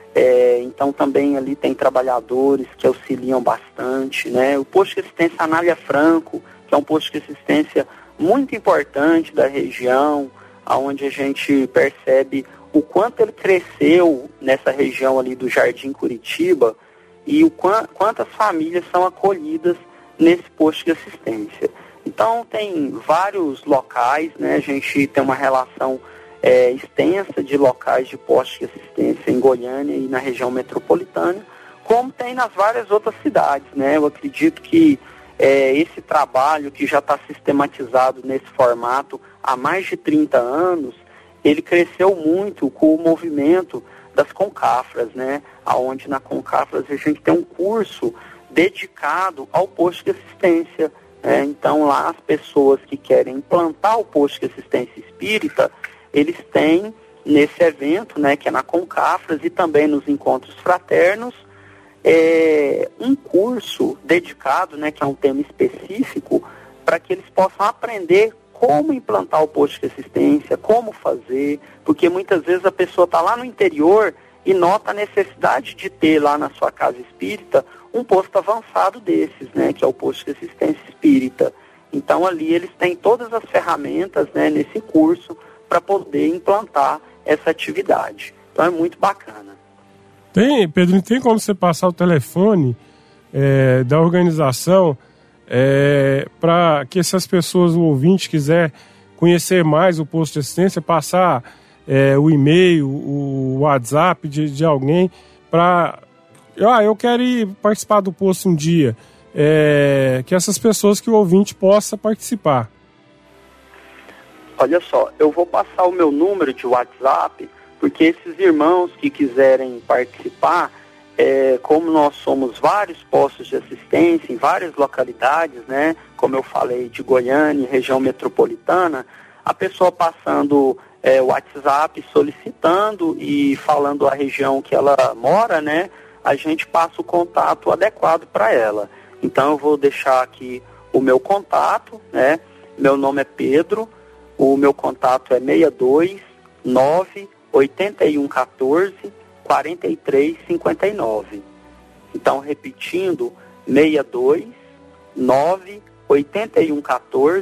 Então também ali tem trabalhadores que auxiliam bastante, né? O posto de assistência Anália Franco, que é um posto de assistência muito importante da região, onde a gente percebe o quanto ele cresceu nessa região ali do Jardim Curitiba e quantas famílias são acolhidas nesse posto de assistência. Então tem vários locais, né? A gente tem uma relação extensa de locais de postos de assistência em Goiânia e na região metropolitana, como tem nas várias outras cidades, né? Eu acredito que esse trabalho que já está sistematizado nesse formato há mais de 30 anos, ele cresceu muito com o movimento das Concafras, né? Onde na Concafras a gente tem um curso dedicado ao posto de assistência. Então lá as pessoas que querem implantar o posto de assistência espírita, eles têm nesse evento, né, que é na Concafras e também nos encontros fraternos, um curso dedicado, né, que é um tema específico, para que eles possam aprender como implantar o posto de assistência, como fazer, porque muitas vezes a pessoa está lá no interior e nota a necessidade de ter lá na sua casa espírita um posto avançado desses, né, que é o posto de assistência espírita. Então ali eles têm todas as ferramentas, né, nesse curso para poder implantar essa atividade. Então é muito bacana. Pedro, tem como você passar o telefone da organização para que essas pessoas, o ouvinte, quiser conhecer mais o posto de assistência, passar o e-mail, o WhatsApp de alguém para... eu quero ir participar do posto um dia. Que essas pessoas, que o ouvinte possa participar. Olha só, eu vou passar o meu número de WhatsApp, porque esses irmãos que quiserem participar, como nós somos vários postos de assistência em várias localidades, né? Como eu falei, de Goiânia, região metropolitana, a pessoa passando o WhatsApp, solicitando e falando a região que ela mora, né? A gente passa o contato adequado para ela. Então eu vou deixar aqui o meu contato, né? Meu nome é Pedro, o meu contato é 62 98114 4359. Então, repetindo, 62 98114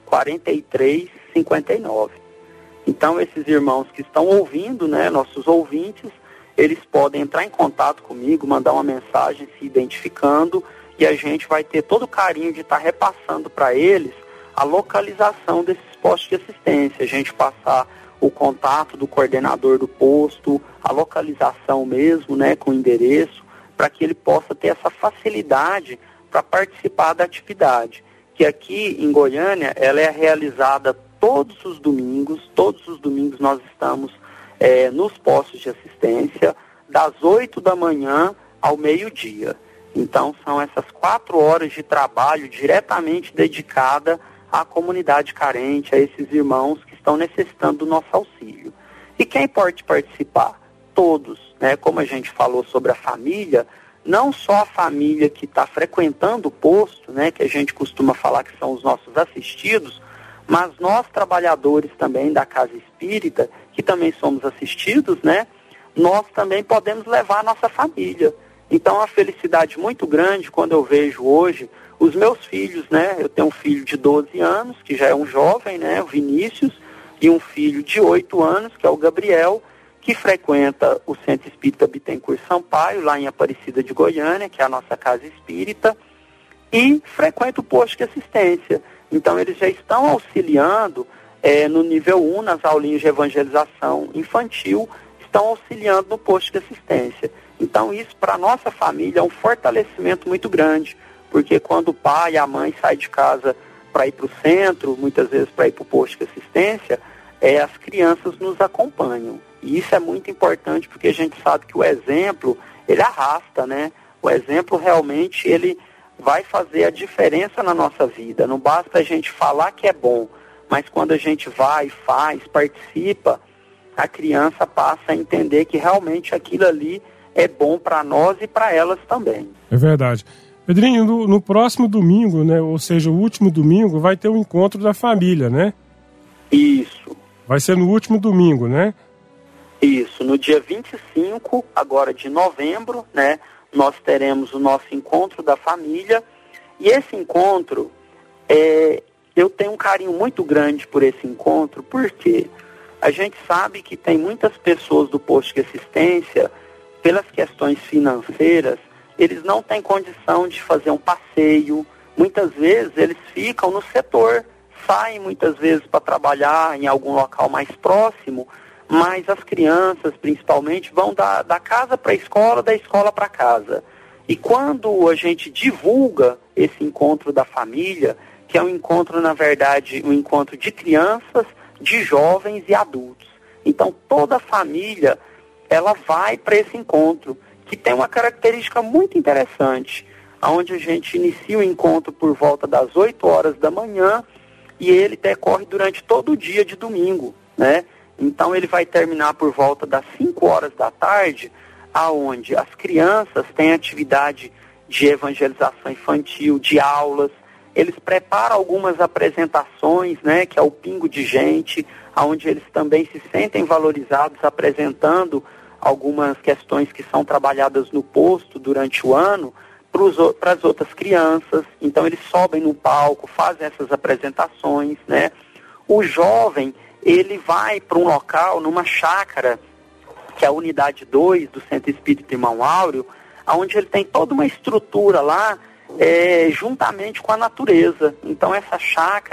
4359. Então, esses irmãos que estão ouvindo, né, nossos ouvintes, eles podem entrar em contato comigo, mandar uma mensagem se identificando, e a gente vai ter todo o carinho de estar repassando para eles a localização desses postos de assistência, a gente passar o contato do coordenador do posto, a localização mesmo, né, com o endereço, para que ele possa ter essa facilidade para participar da atividade, que aqui em Goiânia ela é realizada todos os domingos nós estamos nos postos de assistência, das 8 da manhã ao meio-dia. Então são essas 4 horas de trabalho diretamente dedicada à comunidade carente, a esses irmãos que estão necessitando do nosso auxílio. E quem pode participar? Todos, né? Como a gente falou sobre a família, não só a família que está frequentando o posto, né, que a gente costuma falar que são os nossos assistidos, mas nós trabalhadores também da Casa Espírita, que também somos assistidos, né, nós também podemos levar a nossa família. Então, é uma felicidade muito grande quando eu vejo hoje os meus filhos, né? Eu tenho um filho de 12 anos, que já é um jovem, né? O Vinícius, e um filho de 8 anos, que é o Gabriel, que frequenta o Centro Espírita Bittencourt Sampaio, lá em Aparecida de Goiânia, que é a nossa Casa Espírita, e frequenta o posto de assistência. Então, eles já estão auxiliando no nível 1, nas aulinhas de evangelização infantil, estão auxiliando no posto de assistência. Então, isso para a nossa família é um fortalecimento muito grande, porque quando o pai e a mãe saem de casa para ir para o centro, muitas vezes para ir para o posto de assistência, as crianças nos acompanham. E isso é muito importante, porque a gente sabe que o exemplo, ele arrasta, né? O exemplo realmente, ele vai fazer a diferença na nossa vida. Não basta a gente falar que é bom, mas quando a gente vai, faz, participa, a criança passa a entender que realmente aquilo ali é bom para nós e para elas também. É verdade. Pedrinho, no próximo domingo, né, ou seja, o último domingo, vai ter o encontro da família, né? Isso. Vai ser no último domingo, né? Isso, no dia 25, agora de novembro, né, nós teremos o nosso encontro da família, e esse encontro, eu tenho um carinho muito grande por esse encontro, porque a gente sabe que tem muitas pessoas do posto de assistência, pelas questões financeiras, eles não têm condição de fazer um passeio. Muitas vezes eles ficam no setor, saem muitas vezes para trabalhar em algum local mais próximo, mas as crianças, principalmente, vão da casa para a escola, da escola para casa. E quando a gente divulga esse encontro da família, que é um encontro, na verdade, um encontro de crianças, de jovens e adultos. Então, toda a família, ela vai para esse encontro, que tem uma característica muito interessante, onde a gente inicia o encontro por volta das 8 horas da manhã e ele decorre durante todo o dia de domingo, né? Então ele vai terminar por volta das 5 horas da tarde, aonde as crianças têm atividade de evangelização infantil, de aulas, eles preparam algumas apresentações, né, que é o pingo de gente, onde eles também se sentem valorizados apresentando algumas questões que são trabalhadas no posto durante o ano para as outras crianças. Então eles sobem no palco, fazem essas apresentações, né? O jovem, ele vai para um local, numa chácara, que é a unidade 2 do Centro Espírita Irmão Áureo, onde ele tem toda uma estrutura lá, juntamente com a natureza. Então essa chácara,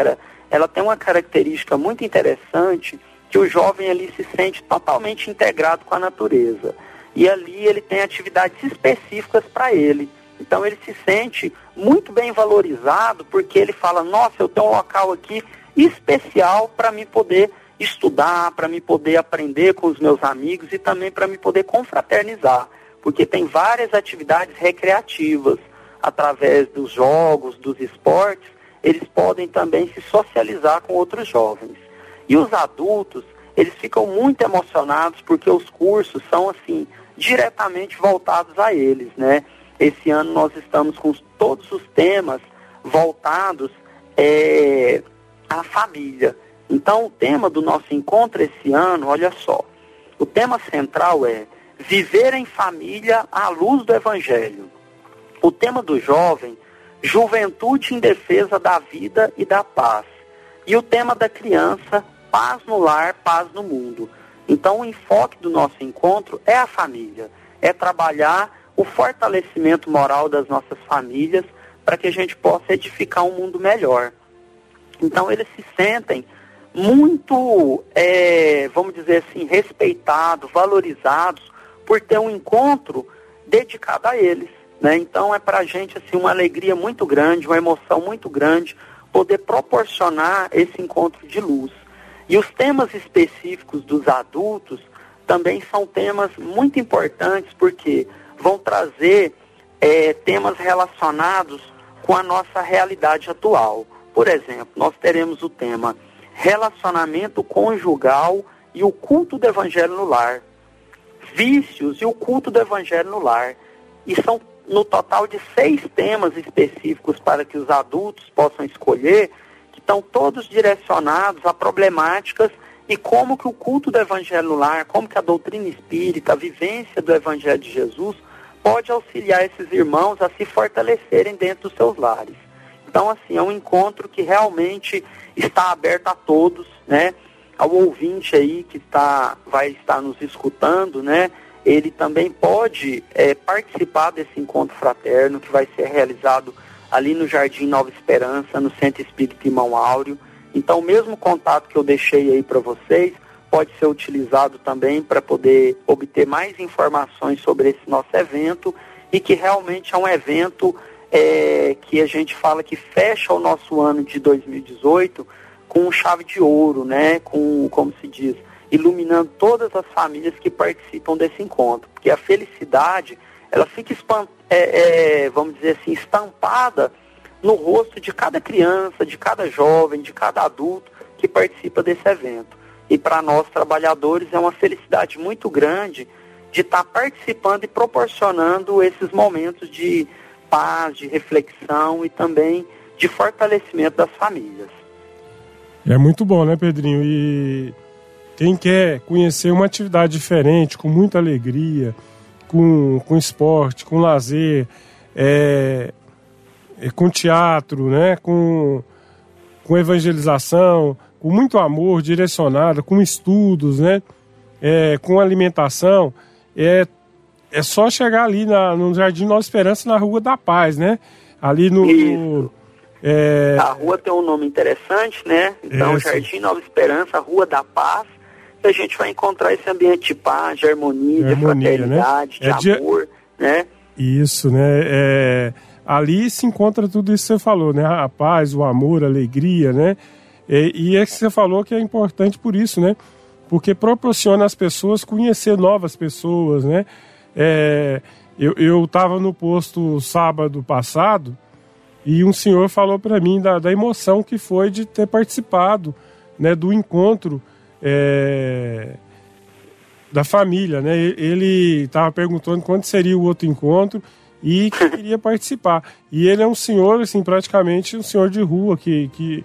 ela tem uma característica muito interessante, que o jovem ali se sente totalmente integrado com a natureza. E ali ele tem atividades específicas para ele. Então ele se sente muito bem valorizado, porque ele fala, nossa, eu tenho um local aqui especial para me poder estudar, para me poder aprender com os meus amigos e também para me poder confraternizar. Porque tem várias atividades recreativas, através dos jogos, dos esportes, eles podem também se socializar com outros jovens. E os adultos, eles ficam muito emocionados porque os cursos são, assim, diretamente voltados a eles, né? Esse ano nós estamos com todos os temas voltados à família. Então, o tema do nosso encontro esse ano, olha só, o tema central é viver em família à luz do Evangelho. O tema do jovem, juventude em defesa da vida e da paz. E o tema da criança, paz no lar, paz no mundo. Então, o enfoque do nosso encontro é a família, é trabalhar o fortalecimento moral das nossas famílias para que a gente possa edificar um mundo melhor. Então, eles se sentem muito, vamos dizer assim, respeitados, valorizados por ter um encontro dedicado a eles, né? Então, é para a gente assim, uma alegria muito grande, uma emoção muito grande poder proporcionar esse encontro de luz. E os temas específicos dos adultos também são temas muito importantes, porque vão trazer temas relacionados com a nossa realidade atual. Por exemplo, nós teremos o tema relacionamento conjugal e o culto do evangelho no lar. Vícios e o culto do evangelho no lar. E são no total de 6 temas específicos para que os adultos possam escolher, que estão todos direcionados a problemáticas e como que o culto do evangelho no lar, como que a doutrina espírita, a vivência do evangelho de Jesus pode auxiliar esses irmãos a se fortalecerem dentro dos seus lares. Então, assim, é um encontro que realmente está aberto a todos, né? Ao ouvinte aí que vai estar nos escutando, né? Ele também pode participar desse encontro fraterno que vai ser realizado ali no Jardim Nova Esperança, no Centro Espírita Irmão Áureo. Então, o mesmo contato que eu deixei aí para vocês pode ser utilizado também para poder obter mais informações sobre esse nosso evento e que realmente é um evento que a gente fala que fecha o nosso ano de 2018 com chave de ouro, né? Com, como se diz, iluminando todas as famílias que participam desse encontro. Porque a felicidade, ela fica, vamos dizer assim, estampada no rosto de cada criança, de cada jovem, de cada adulto que participa desse evento. E para nós, trabalhadores, é uma felicidade muito grande de estar participando e proporcionando esses momentos de paz, de reflexão e também de fortalecimento das famílias. É muito bom, né, Pedrinho? E quem quer conhecer uma atividade diferente, com muita alegria, com esporte, com lazer, com teatro, né, com evangelização, com muito amor direcionado, com estudos, né, com alimentação, é só chegar ali no Jardim Nova Esperança, na Rua da Paz, né? Ali no... A rua tem um nome interessante, né? Então, Jardim Nova Esperança, Rua da Paz, e a gente vai encontrar esse ambiente de paz, de harmonia, de fraternidade, né? de amor, né? Isso, né? Ali se encontra tudo isso que você falou, né? A paz, o amor, a alegria, né? E é que você falou que é importante por isso, né? Porque proporciona às pessoas conhecer novas pessoas, né? Eu estava no posto sábado passado e um senhor falou para mim da emoção que foi de ter participado, né, do encontro da família, né? Ele estava perguntando quando seria o outro encontro e que queria participar. E ele é um senhor, assim, praticamente um senhor de rua que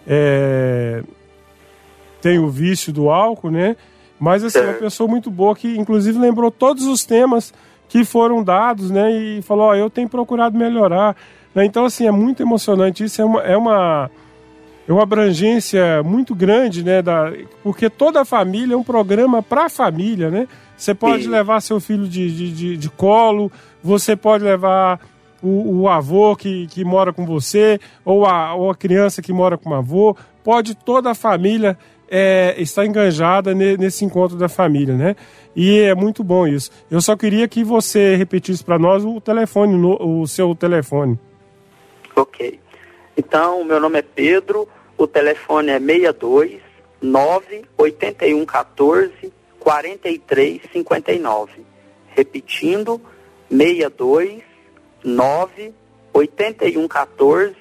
tem o vício do álcool, né? Mas, assim, uma pessoa muito boa que, inclusive, lembrou todos os temas que foram dados, né? E falou, eu tenho procurado melhorar. Né? Então, assim, é muito emocionante. Isso é uma abrangência muito grande, né? Porque toda a família é um programa para a família, né? Você pode levar seu filho de colo, você pode levar o avô que mora com você, ou a criança que mora com o avô. pode toda a família estar enganjada nesse encontro da família, né? E é muito bom isso. Eu só queria que você repetisse para nós o seu telefone. Ok. Então, meu nome é Pedro, o telefone é 62 981 14 43 59. Repetindo, 62 981 14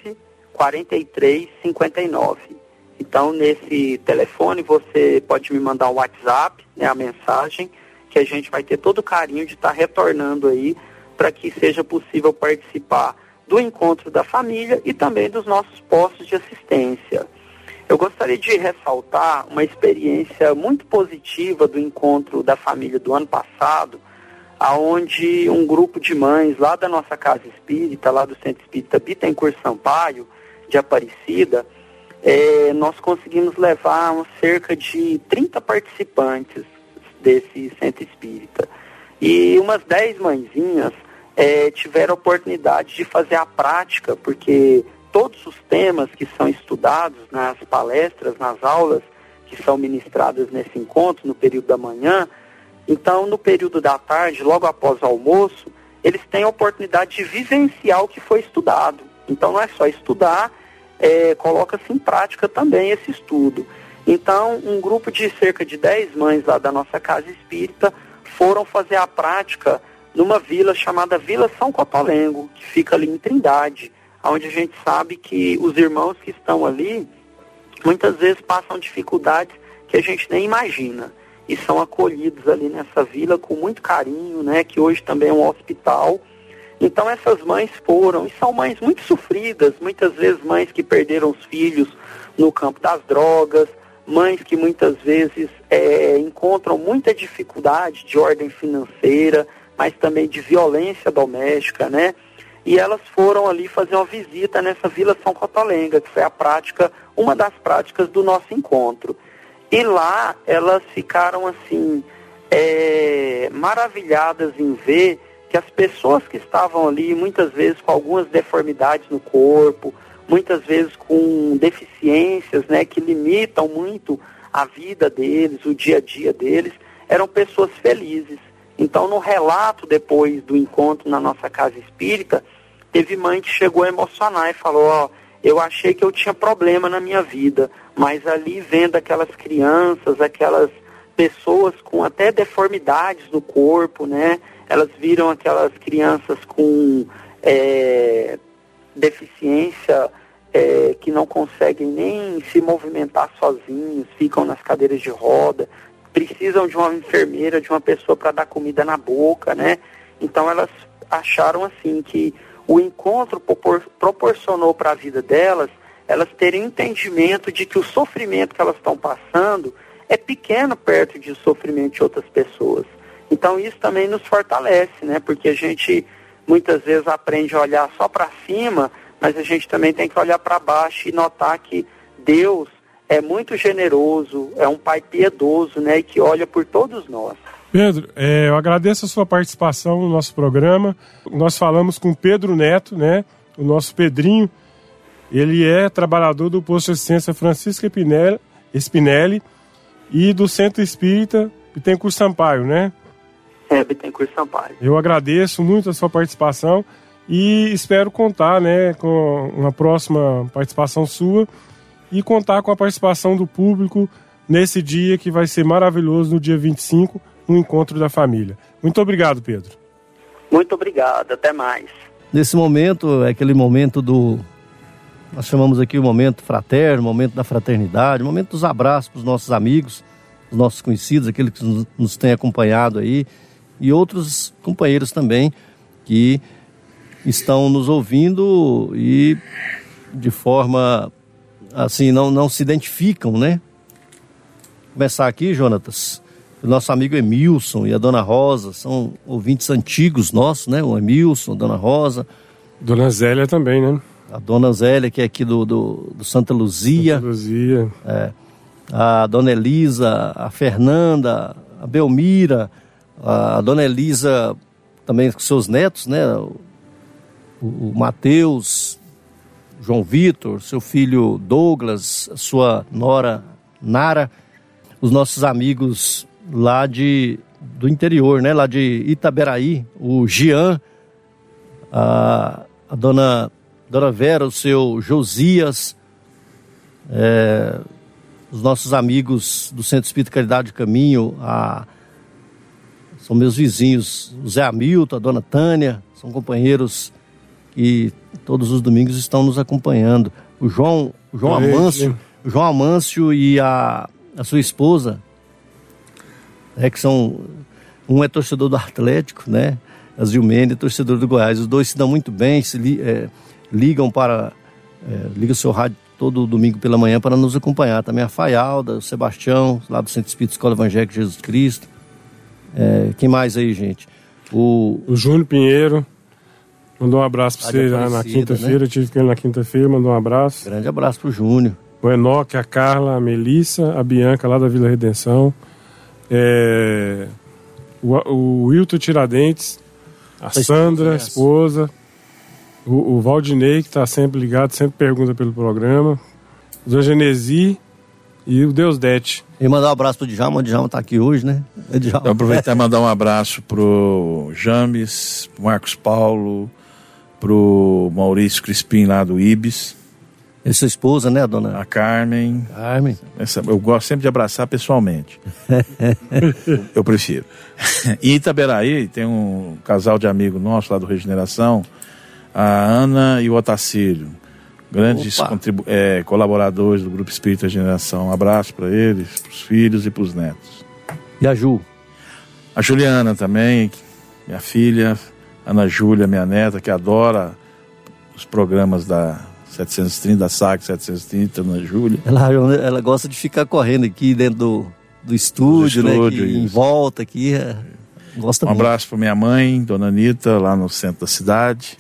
43 59. Então, nesse telefone, você pode me mandar um WhatsApp, né, a mensagem, que a gente vai ter todo o carinho de estar retornando aí para que seja possível participar do encontro da família e também dos nossos postos de assistência. Eu gostaria de ressaltar uma experiência muito positiva do encontro da família do ano passado, aonde um grupo de mães lá da nossa casa espírita, lá do Centro Espírita Bittencourt Sampaio, de Aparecida, nós conseguimos levar cerca de 30 participantes desse Centro Espírita. E umas 10 mãezinhas tiveram a oportunidade de fazer a prática, porque todos os temas que são estudados nas palestras, nas aulas que são ministradas nesse encontro, no período da manhã, então no período da tarde, logo após o almoço, eles têm a oportunidade de vivenciar o que foi estudado. Então não é só estudar, coloca-se em prática também esse estudo. Então, um grupo de cerca de 10 mães lá da nossa casa espírita foram fazer a prática numa vila chamada Vila São Cotolengo, que fica ali em Trindade, onde a gente sabe que os irmãos que estão ali, muitas vezes passam dificuldades que a gente nem imagina, e são acolhidos ali nessa vila com muito carinho, né, que hoje também é um hospital. Então essas mães foram, e são mães muito sofridas, muitas vezes mães que perderam os filhos no campo das drogas, mães que muitas vezes encontram muita dificuldade de ordem financeira, mas também de violência doméstica, né? E elas foram ali fazer uma visita nessa Vila São Cotolenga, que foi uma das práticas do nosso encontro. E lá elas ficaram assim, maravilhadas em ver que as pessoas que estavam ali, muitas vezes com algumas deformidades no corpo, muitas vezes com deficiências, né, que limitam muito a vida deles, o dia a dia deles, eram pessoas felizes. Então, no relato depois do encontro na nossa casa espírita, teve mãe que chegou a emocionar e falou, eu achei que eu tinha problema na minha vida, mas ali vendo aquelas crianças, aquelas pessoas com até deformidades no corpo, né, elas viram aquelas crianças com deficiência, que não conseguem nem se movimentar sozinhos, ficam nas cadeiras de roda, precisam de uma enfermeira, de uma pessoa para dar comida na boca, né? Então elas acharam assim que o encontro proporcionou para a vida delas, elas terem entendimento de que o sofrimento que elas estão passando é pequeno perto do sofrimento de outras pessoas. Então isso também nos fortalece, né? Porque a gente muitas vezes aprende a olhar só para cima, mas a gente também tem que olhar para baixo e notar que Deus é muito generoso, é um Pai piedoso, né, e que olha por todos nós. Pedro, eu agradeço a sua participação no nosso programa. Nós falamos com Pedro Neto, né, o nosso Pedrinho. Ele é trabalhador do posto de assistência Francisco Spinelli e do Centro Espírita Bittencourt Sampaio, né? Bittencourt Sampaio. Eu agradeço muito a sua participação e espero contar, né, com uma próxima participação sua e contar com a participação do público nesse dia que vai ser maravilhoso, no dia 25, no Encontro da Família. Muito obrigado, Pedro. Muito obrigado, até mais. Nesse momento, é aquele momento nós chamamos aqui o momento fraterno, o momento da fraternidade, o momento dos abraços para os nossos amigos, os nossos conhecidos, aqueles que nos têm acompanhado aí, e outros companheiros também que estão nos ouvindo e de forma assim, não se identificam, né? Começar aqui, Jonatas, o nosso amigo Emilson e a Dona Rosa, são ouvintes antigos nossos, né? O Emilson, a Dona Rosa. Dona Zélia também, né? A Dona Zélia, que é aqui do Santa Luzia. Santa Luzia. A Dona Elisa, a Fernanda, a Belmira, a Dona Elisa também com seus netos, né? O Mateus, João Vitor, seu filho Douglas, sua nora Nara, os nossos amigos lá do interior, né? Lá de Itaberaí, o Jean, a dona Vera, o seu Josias, os nossos amigos do Centro Espírita Caridade do Caminho, são meus vizinhos, o Zé Hamilton, a dona Tânia, são companheiros que todos os domingos estão nos acompanhando. O João Amâncio e a sua esposa, que são, um é torcedor do Atlético, né? A Zilmene é torcedor do Goiás. Os dois se dão muito bem, ligam o seu rádio todo domingo pela manhã para nos acompanhar. Também a Faialda, o Sebastião, lá do Centro Espírita Escola Evangélica de Jesus Cristo. Quem mais aí, gente? O Júnior Pinheiro mandou um abraço para você lá na quinta-feira, né? Eu tive com ele na quinta-feira, mandou um abraço. Grande abraço pro Júnior. O Enoque, a Carla, a Melissa, a Bianca lá da Vila Redenção. O Wilton Tiradentes, a Sandra, a esposa. O Valdinei, que está sempre ligado, sempre pergunta pelo programa. O Zé Genesi e o Deusdete. E mandar um abraço pro Djalma, o Djalma tá aqui hoje, né? Vou aproveitar e mandar um abraço pro James, pro Marcos Paulo, pro Maurício Crispim lá do Ibis. E sua esposa, né, dona? A Carmen. Eu gosto sempre de abraçar pessoalmente. Eu prefiro. Em Itaberaí tem um casal de amigos nossos lá do Regeneração, a Ana e o Otacílio, grandes colaboradores do Grupo Espírita Regeneração. Um abraço para eles, para os filhos e para os netos. E a Ju? A Juliana também, minha filha, Ana Júlia, minha neta, que adora os programas da 730, da SAC 730, Ana Júlia. Ela gosta de ficar correndo aqui dentro do estúdio, né? Em volta aqui. Gosta muito. Um abraço para minha mãe, Dona Anitta, lá no centro da cidade.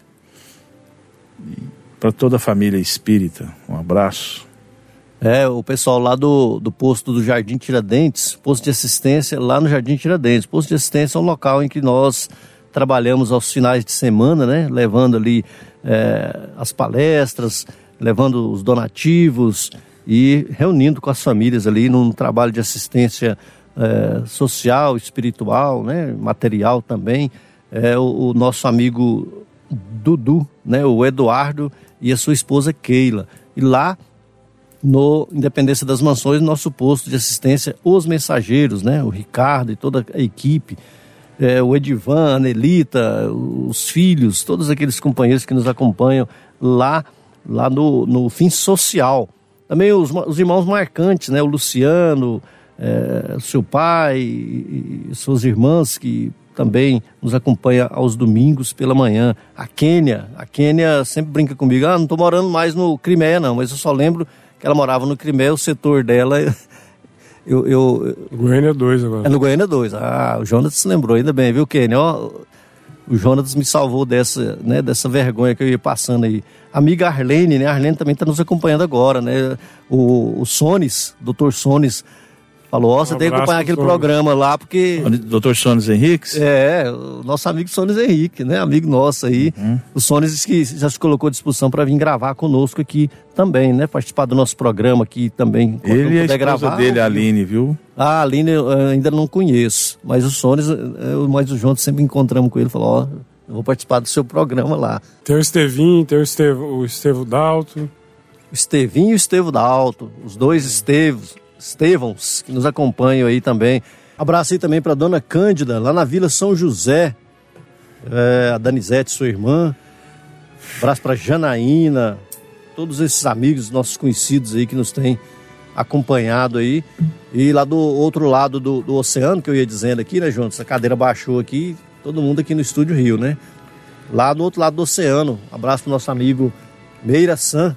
E para toda a família espírita, um abraço. O pessoal lá do posto do Jardim Tiradentes, posto de assistência lá no Jardim Tiradentes. Posto de assistência é um local em que nós trabalhamos aos finais de semana, né? Levando ali as palestras, levando os donativos e reunindo com as famílias ali num trabalho de assistência social, espiritual, né? Material também. O nosso amigo Dudu, né? O Eduardo e a sua esposa Keila. E lá no Independência das Mansões, nosso posto de assistência, os mensageiros, né? O Ricardo e toda a equipe, o Edivan, a Nelita, os filhos, todos aqueles companheiros que nos acompanham lá no fim social. Também os irmãos marcantes, né? O Luciano, seu pai e suas irmãs que também nos acompanha aos domingos pela manhã. A Kênia sempre brinca comigo, não estou morando mais no Crimeia não, mas eu só lembro que ela morava no Crimeia, o setor dela... Goiânia 2 agora. No Goiânia 2. O Jonas se lembrou, ainda bem, viu, Kênia? O Jonas me salvou dessa vergonha que eu ia passando aí. Amiga Arlene, né? A Arlene também está nos acompanhando agora, né? O Sones, Dr. Sones, falou, você tem que acompanhar aquele programa lá, porque... Dr. Sones Henriques? O nosso amigo Sones Henrique, né? Amigo nosso aí. O Sones que já se colocou à disposição para vir gravar conosco aqui também, né? Participar do nosso programa aqui também. Ele e a esposa dele, a Aline, viu? A Aline eu ainda não conheço, mas o Sones, mais o João sempre encontramos com ele, falou, eu vou participar do seu programa lá. Tem o Estevinho, tem o Estevo Dalto. O Estevinho e o Estevo Dalto, os dois Estevãos, que nos acompanham aí também. Abraço aí também para a dona Cândida, lá na Vila São José, a Danizete, sua irmã. Abraço para Janaína, todos esses amigos, nossos conhecidos aí que nos têm acompanhado aí. E lá do outro lado do oceano, que eu ia dizendo aqui, né, João? Essa cadeira baixou aqui, todo mundo aqui no Estúdio Rio, né? Lá do outro lado do oceano. Abraço pro nosso amigo Meira San.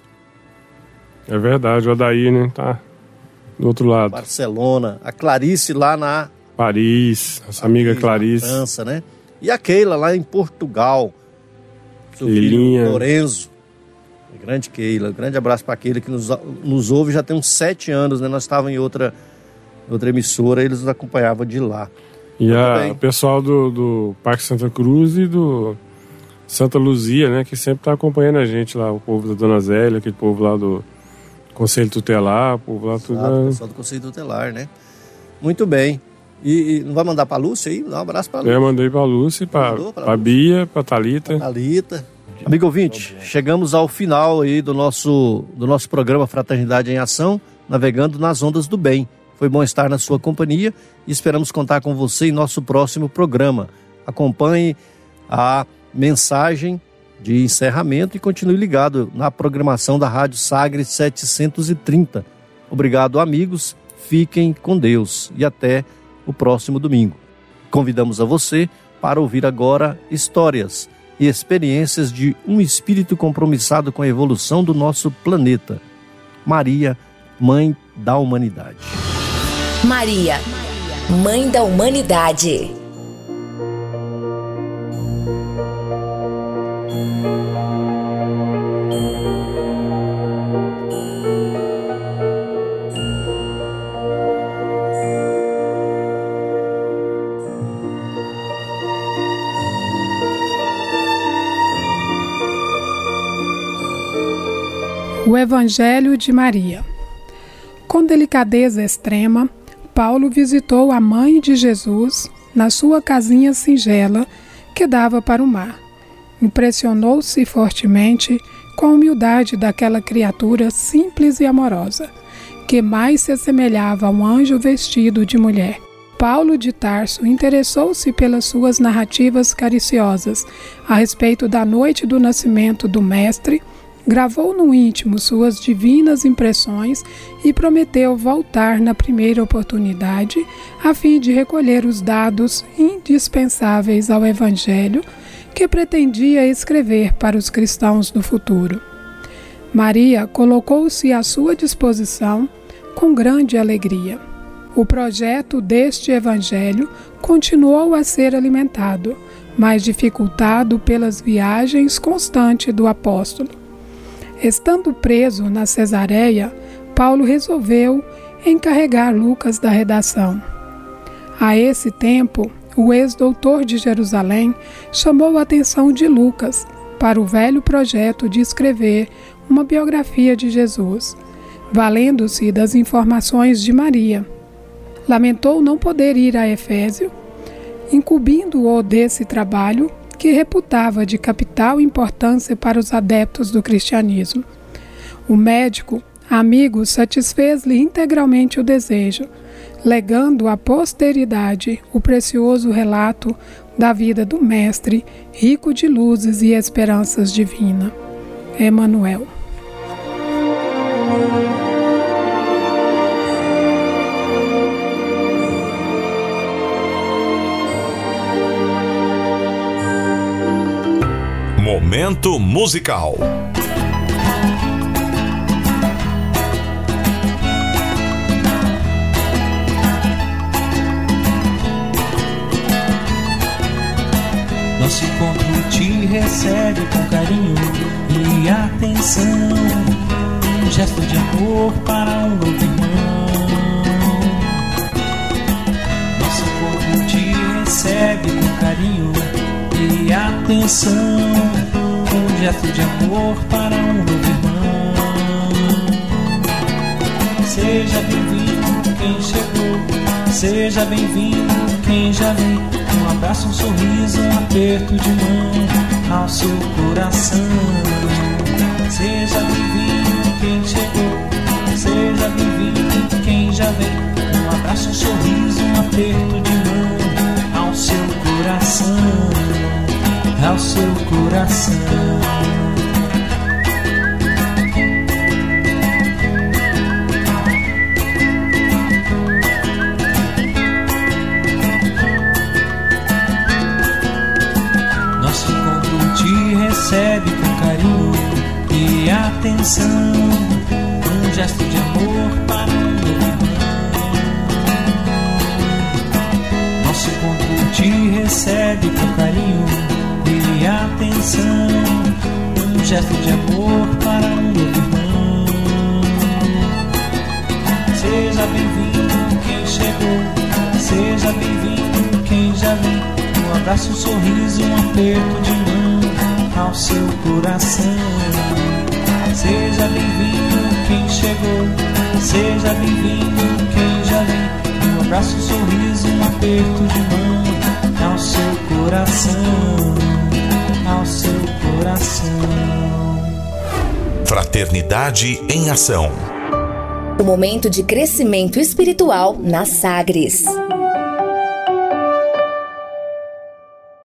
É verdade, o Adair, né? Tá do outro lado. Barcelona. A Clarice lá na... Paris, nossa amiga Clarice. Na França, né? E a Keila lá em Portugal. Seu Keilinha. Filho Lorenzo. Grande Keila. Grande abraço para Keila que nos ouve já tem uns 7 anos, né? Nós estávamos em outra emissora, eles nos acompanhavam de lá. E o pessoal do Parque Santa Cruz e do Santa Luzia, né, que sempre está acompanhando a gente lá, o povo da Dona Zélia, aquele povo lá do Conselho Tutelar, o povo lá tudo. O pessoal do Conselho Tutelar, né? Muito bem. E não vai mandar pra Lúcia aí? Dá um abraço pra Lúcia. Eu mandei pra Lúcia, pra Bia, pra Thalita. Amigo ouvinte, chegamos ao final aí do nosso programa Fraternidade em Ação, navegando nas ondas do bem. Foi bom estar na sua companhia e esperamos contar com você em nosso próximo programa. Acompanhe a mensagem de encerramento e continue ligado na programação da Rádio Sagres 730. Obrigado, amigos. Fiquem com Deus e até o próximo domingo. Convidamos a você para ouvir agora histórias e experiências de um espírito compromissado com a evolução do nosso planeta. Maria, Mãe da Humanidade. Maria, Mãe da Humanidade. O Evangelho de Maria. Com delicadeza extrema, Paulo visitou a mãe de Jesus na sua casinha singela que dava para o mar. Impressionou-se fortemente com a humildade daquela criatura simples e amorosa, que mais se assemelhava a um anjo vestido de mulher. Paulo de Tarso interessou-se pelas suas narrativas cariciosas a respeito da noite do nascimento do Mestre, gravou no íntimo suas divinas impressões e prometeu voltar na primeira oportunidade a fim de recolher os dados indispensáveis ao Evangelho que pretendia escrever para os cristãos do futuro. Maria colocou-se à sua disposição com grande alegria. O projeto deste Evangelho continuou a ser alimentado, mas dificultado pelas viagens constantes do apóstolo. Estando preso na Cesareia, Paulo resolveu encarregar Lucas da redação. A esse tempo, o ex-doutor de Jerusalém chamou a atenção de Lucas para o velho projeto de escrever uma biografia de Jesus, valendo-se das informações de Maria. Lamentou não poder ir a Efésio, incumbindo-o desse trabalho que reputava de capital importância para os adeptos do cristianismo. O médico, amigo, satisfez-lhe integralmente o desejo, legando à posteridade o precioso relato da vida do Mestre, rico de luzes e esperanças divinas. Emmanuel. Momento musical. Nosso encontro te recebe com carinho e atenção, um gesto de amor para um novo irmão. Nosso encontro te recebe com carinho e atenção, um gesto de amor para um novo irmão. Seja bem-vindo quem chegou, seja bem-vindo quem já vem. Um abraço, um sorriso, um aperto de mão ao seu coração. Seja bem-vindo quem chegou, seja bem-vindo quem já vem. Um abraço, um sorriso, um aperto de mão ao seu coração, ao seu coração. Nosso encontro te recebe com carinho e atenção, um gesto de amor para um novo irmão. Nosso encontro te recebe com carinho e atenção, um gesto de amor para um novo irmão. Seja bem-vindo quem chegou, seja bem-vindo quem já vem. Um abraço, um sorriso, um aperto de mão ao seu coração. Seja bem-vindo quem chegou, seja bem-vindo quem já vem. Um abraço, um sorriso, um aperto de mão ao seu coração, ao seu coração. Fraternidade em Ação. O momento de crescimento espiritual na Sagres.